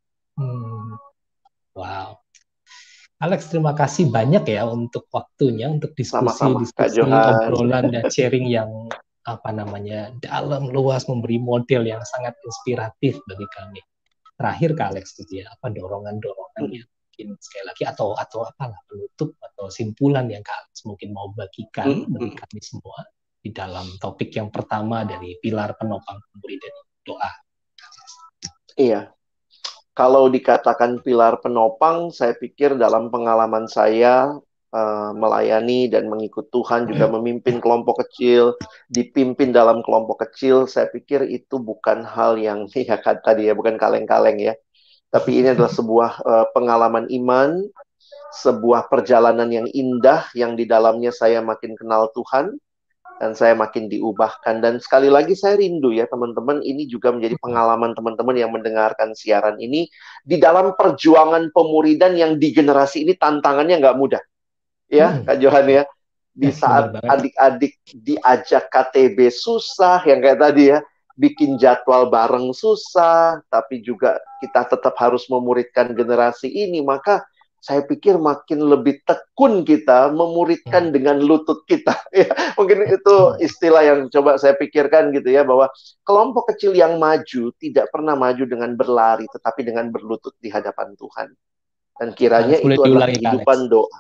Wow. Alex, terima kasih banyak ya untuk waktunya, untuk diskusi, obrolan dan sharing yang dalam, luas, memberi model yang sangat inspiratif bagi kami. Terakhir Kak Alex gitu ya, apa dorongan-dorongan yang mungkin sekali lagi atau apalah penutup atau simpulan yang Kak Alex mungkin mau bagikan bagi kami semua di dalam topik yang pertama dari pilar penopang pemuridan doa. Iya. Kalau dikatakan pilar penopang, saya pikir dalam pengalaman saya melayani dan mengikut Tuhan, juga memimpin kelompok kecil, dipimpin dalam kelompok kecil, saya pikir itu bukan hal yang bukan kaleng-kaleng ya. Tapi ini adalah sebuah pengalaman iman, sebuah perjalanan yang indah yang di dalamnya saya makin kenal Tuhan, dan saya makin diubahkan. Dan sekali lagi saya rindu ya teman-teman, ini juga menjadi pengalaman teman-teman yang mendengarkan siaran ini, di dalam perjuangan pemuridan yang di generasi ini tantangannya nggak mudah. Ya, Kak Johan ya. Di saat adik-adik diajak KTB susah, yang kayak tadi ya, bikin jadwal bareng susah, tapi juga kita tetap harus memuridkan generasi ini, maka saya pikir makin lebih tekun kita memuridkan dengan lutut kita. Ya, mungkin itu istilah yang coba saya pikirkan gitu ya, bahwa kelompok kecil yang maju tidak pernah maju dengan berlari, tetapi dengan berlutut di hadapan Tuhan. Dan kiranya itu adalah kehidupan doa.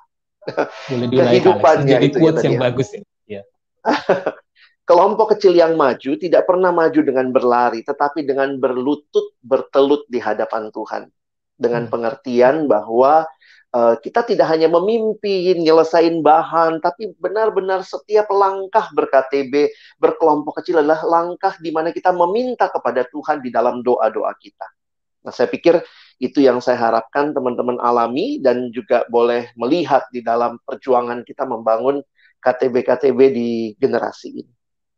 Boleh diulangi Kak Alex. Kehidupannya Jadi itu ya quotes tadi yang ya. bagus ya. Ya. Kelompok kecil yang maju tidak pernah maju dengan berlari, tetapi dengan berlutut, bertelut di hadapan Tuhan. Dengan pengertian bahwa kita tidak hanya memimpin, nyelesain bahan, tapi benar-benar setiap langkah ber-KTB, berkelompok kecil adalah langkah di mana kita meminta kepada Tuhan di dalam doa-doa kita. Nah, saya pikir itu yang saya harapkan teman-teman alami dan juga boleh melihat di dalam perjuangan kita membangun KTB-KTB di generasi ini.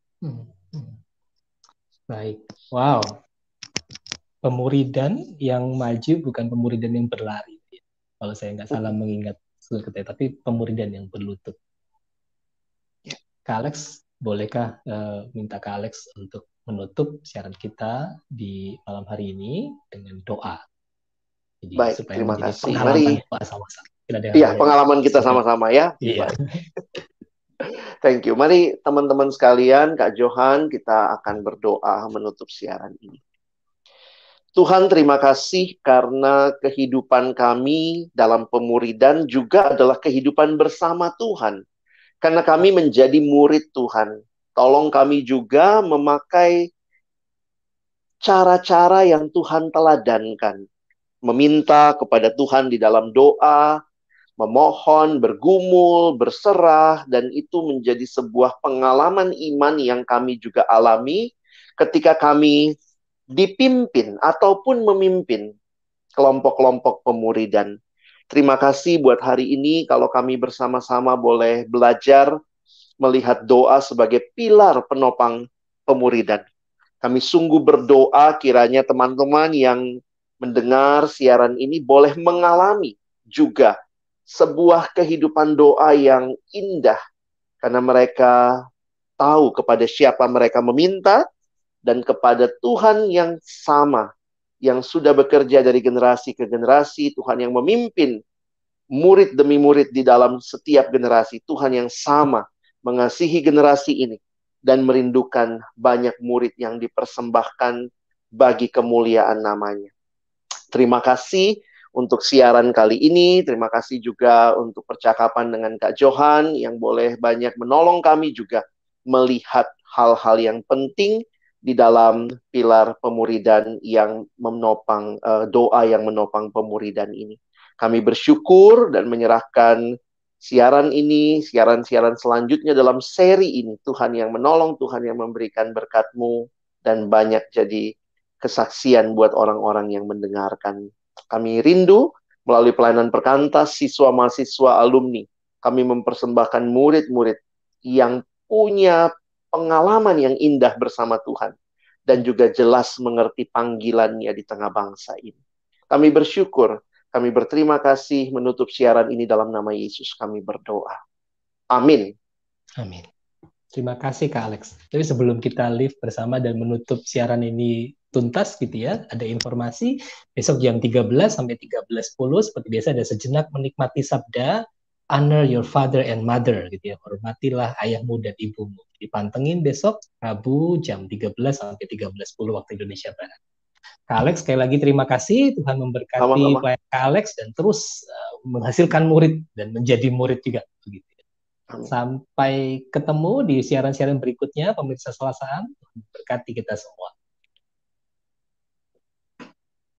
Baik, wow. Pemuridan yang maju bukan pemuridan yang berlari. Kalau saya nggak salah mengingat, tapi pemuridan yang berlutut. Kak Alex, bolehkah minta Kak Alex untuk menutup siaran kita di malam hari ini dengan doa? Jadi, baik, supaya terima menjadi kasih. pengalaman doa sama-sama. Iya, pengalaman kita sama-sama ya. Iya. Thank you. Mari teman-teman sekalian, Kak Johan, kita akan berdoa menutup siaran ini. Tuhan, terima kasih karena kehidupan kami dalam pemuridan juga adalah kehidupan bersama Tuhan. Karena kami menjadi murid Tuhan. Tolong kami juga memakai cara-cara yang Tuhan teladankan. Meminta kepada Tuhan di dalam doa, memohon, bergumul, berserah, dan itu menjadi sebuah pengalaman iman yang kami juga alami ketika kami dipimpin ataupun memimpin kelompok-kelompok pemuridan. Terima kasih buat hari ini kalau kami bersama-sama boleh belajar melihat doa sebagai pilar penopang pemuridan. Kami sungguh berdoa kiranya teman-teman yang mendengar siaran ini boleh mengalami juga sebuah kehidupan doa yang indah karena mereka tahu kepada siapa mereka meminta dan kepada Tuhan yang sama, yang sudah bekerja dari generasi ke generasi, Tuhan yang memimpin murid demi murid di dalam setiap generasi, Tuhan yang sama mengasihi generasi ini dan merindukan banyak murid yang dipersembahkan bagi kemuliaan namanya. Terima kasih untuk siaran kali ini, terima kasih juga untuk percakapan dengan Kak Johan yang boleh banyak menolong kami juga melihat hal-hal yang penting di dalam pilar pemuridan yang menopang doa yang menopang pemuridan ini. Kami bersyukur dan menyerahkan siaran ini, siaran-siaran selanjutnya dalam seri ini. Tuhan yang menolong, Tuhan yang memberikan berkat-Mu dan banyak jadi kesaksian buat orang-orang yang mendengarkan. Kami rindu melalui pelayanan perkantas, siswa, mahasiswa, alumni. Kami mempersembahkan murid-murid yang punya pengalaman yang indah bersama Tuhan dan juga jelas mengerti panggilannya di tengah bangsa ini. Kami bersyukur, kami berterima kasih menutup siaran ini dalam nama Yesus kami berdoa. Amin. Amin. Terima kasih Kak Alex. Tapi sebelum kita live bersama dan menutup siaran ini tuntas gitu ya, ada informasi besok jam 13 sampai 13.10 seperti biasa ada sejenak menikmati sabda. Honor your father and mother gitu ya, hormatilah ayahmu dan ibumu. Dipantengin besok Rabu jam 13 sampai 13.10 waktu Indonesia Barat. Kak Alex sekali lagi terima kasih, Tuhan memberkati pelayan Kak Alex dan terus menghasilkan murid dan menjadi murid juga begitu. Sampai ketemu di siaran-siaran berikutnya pemirsa Selasaan, Tuhan memberkati kita semua.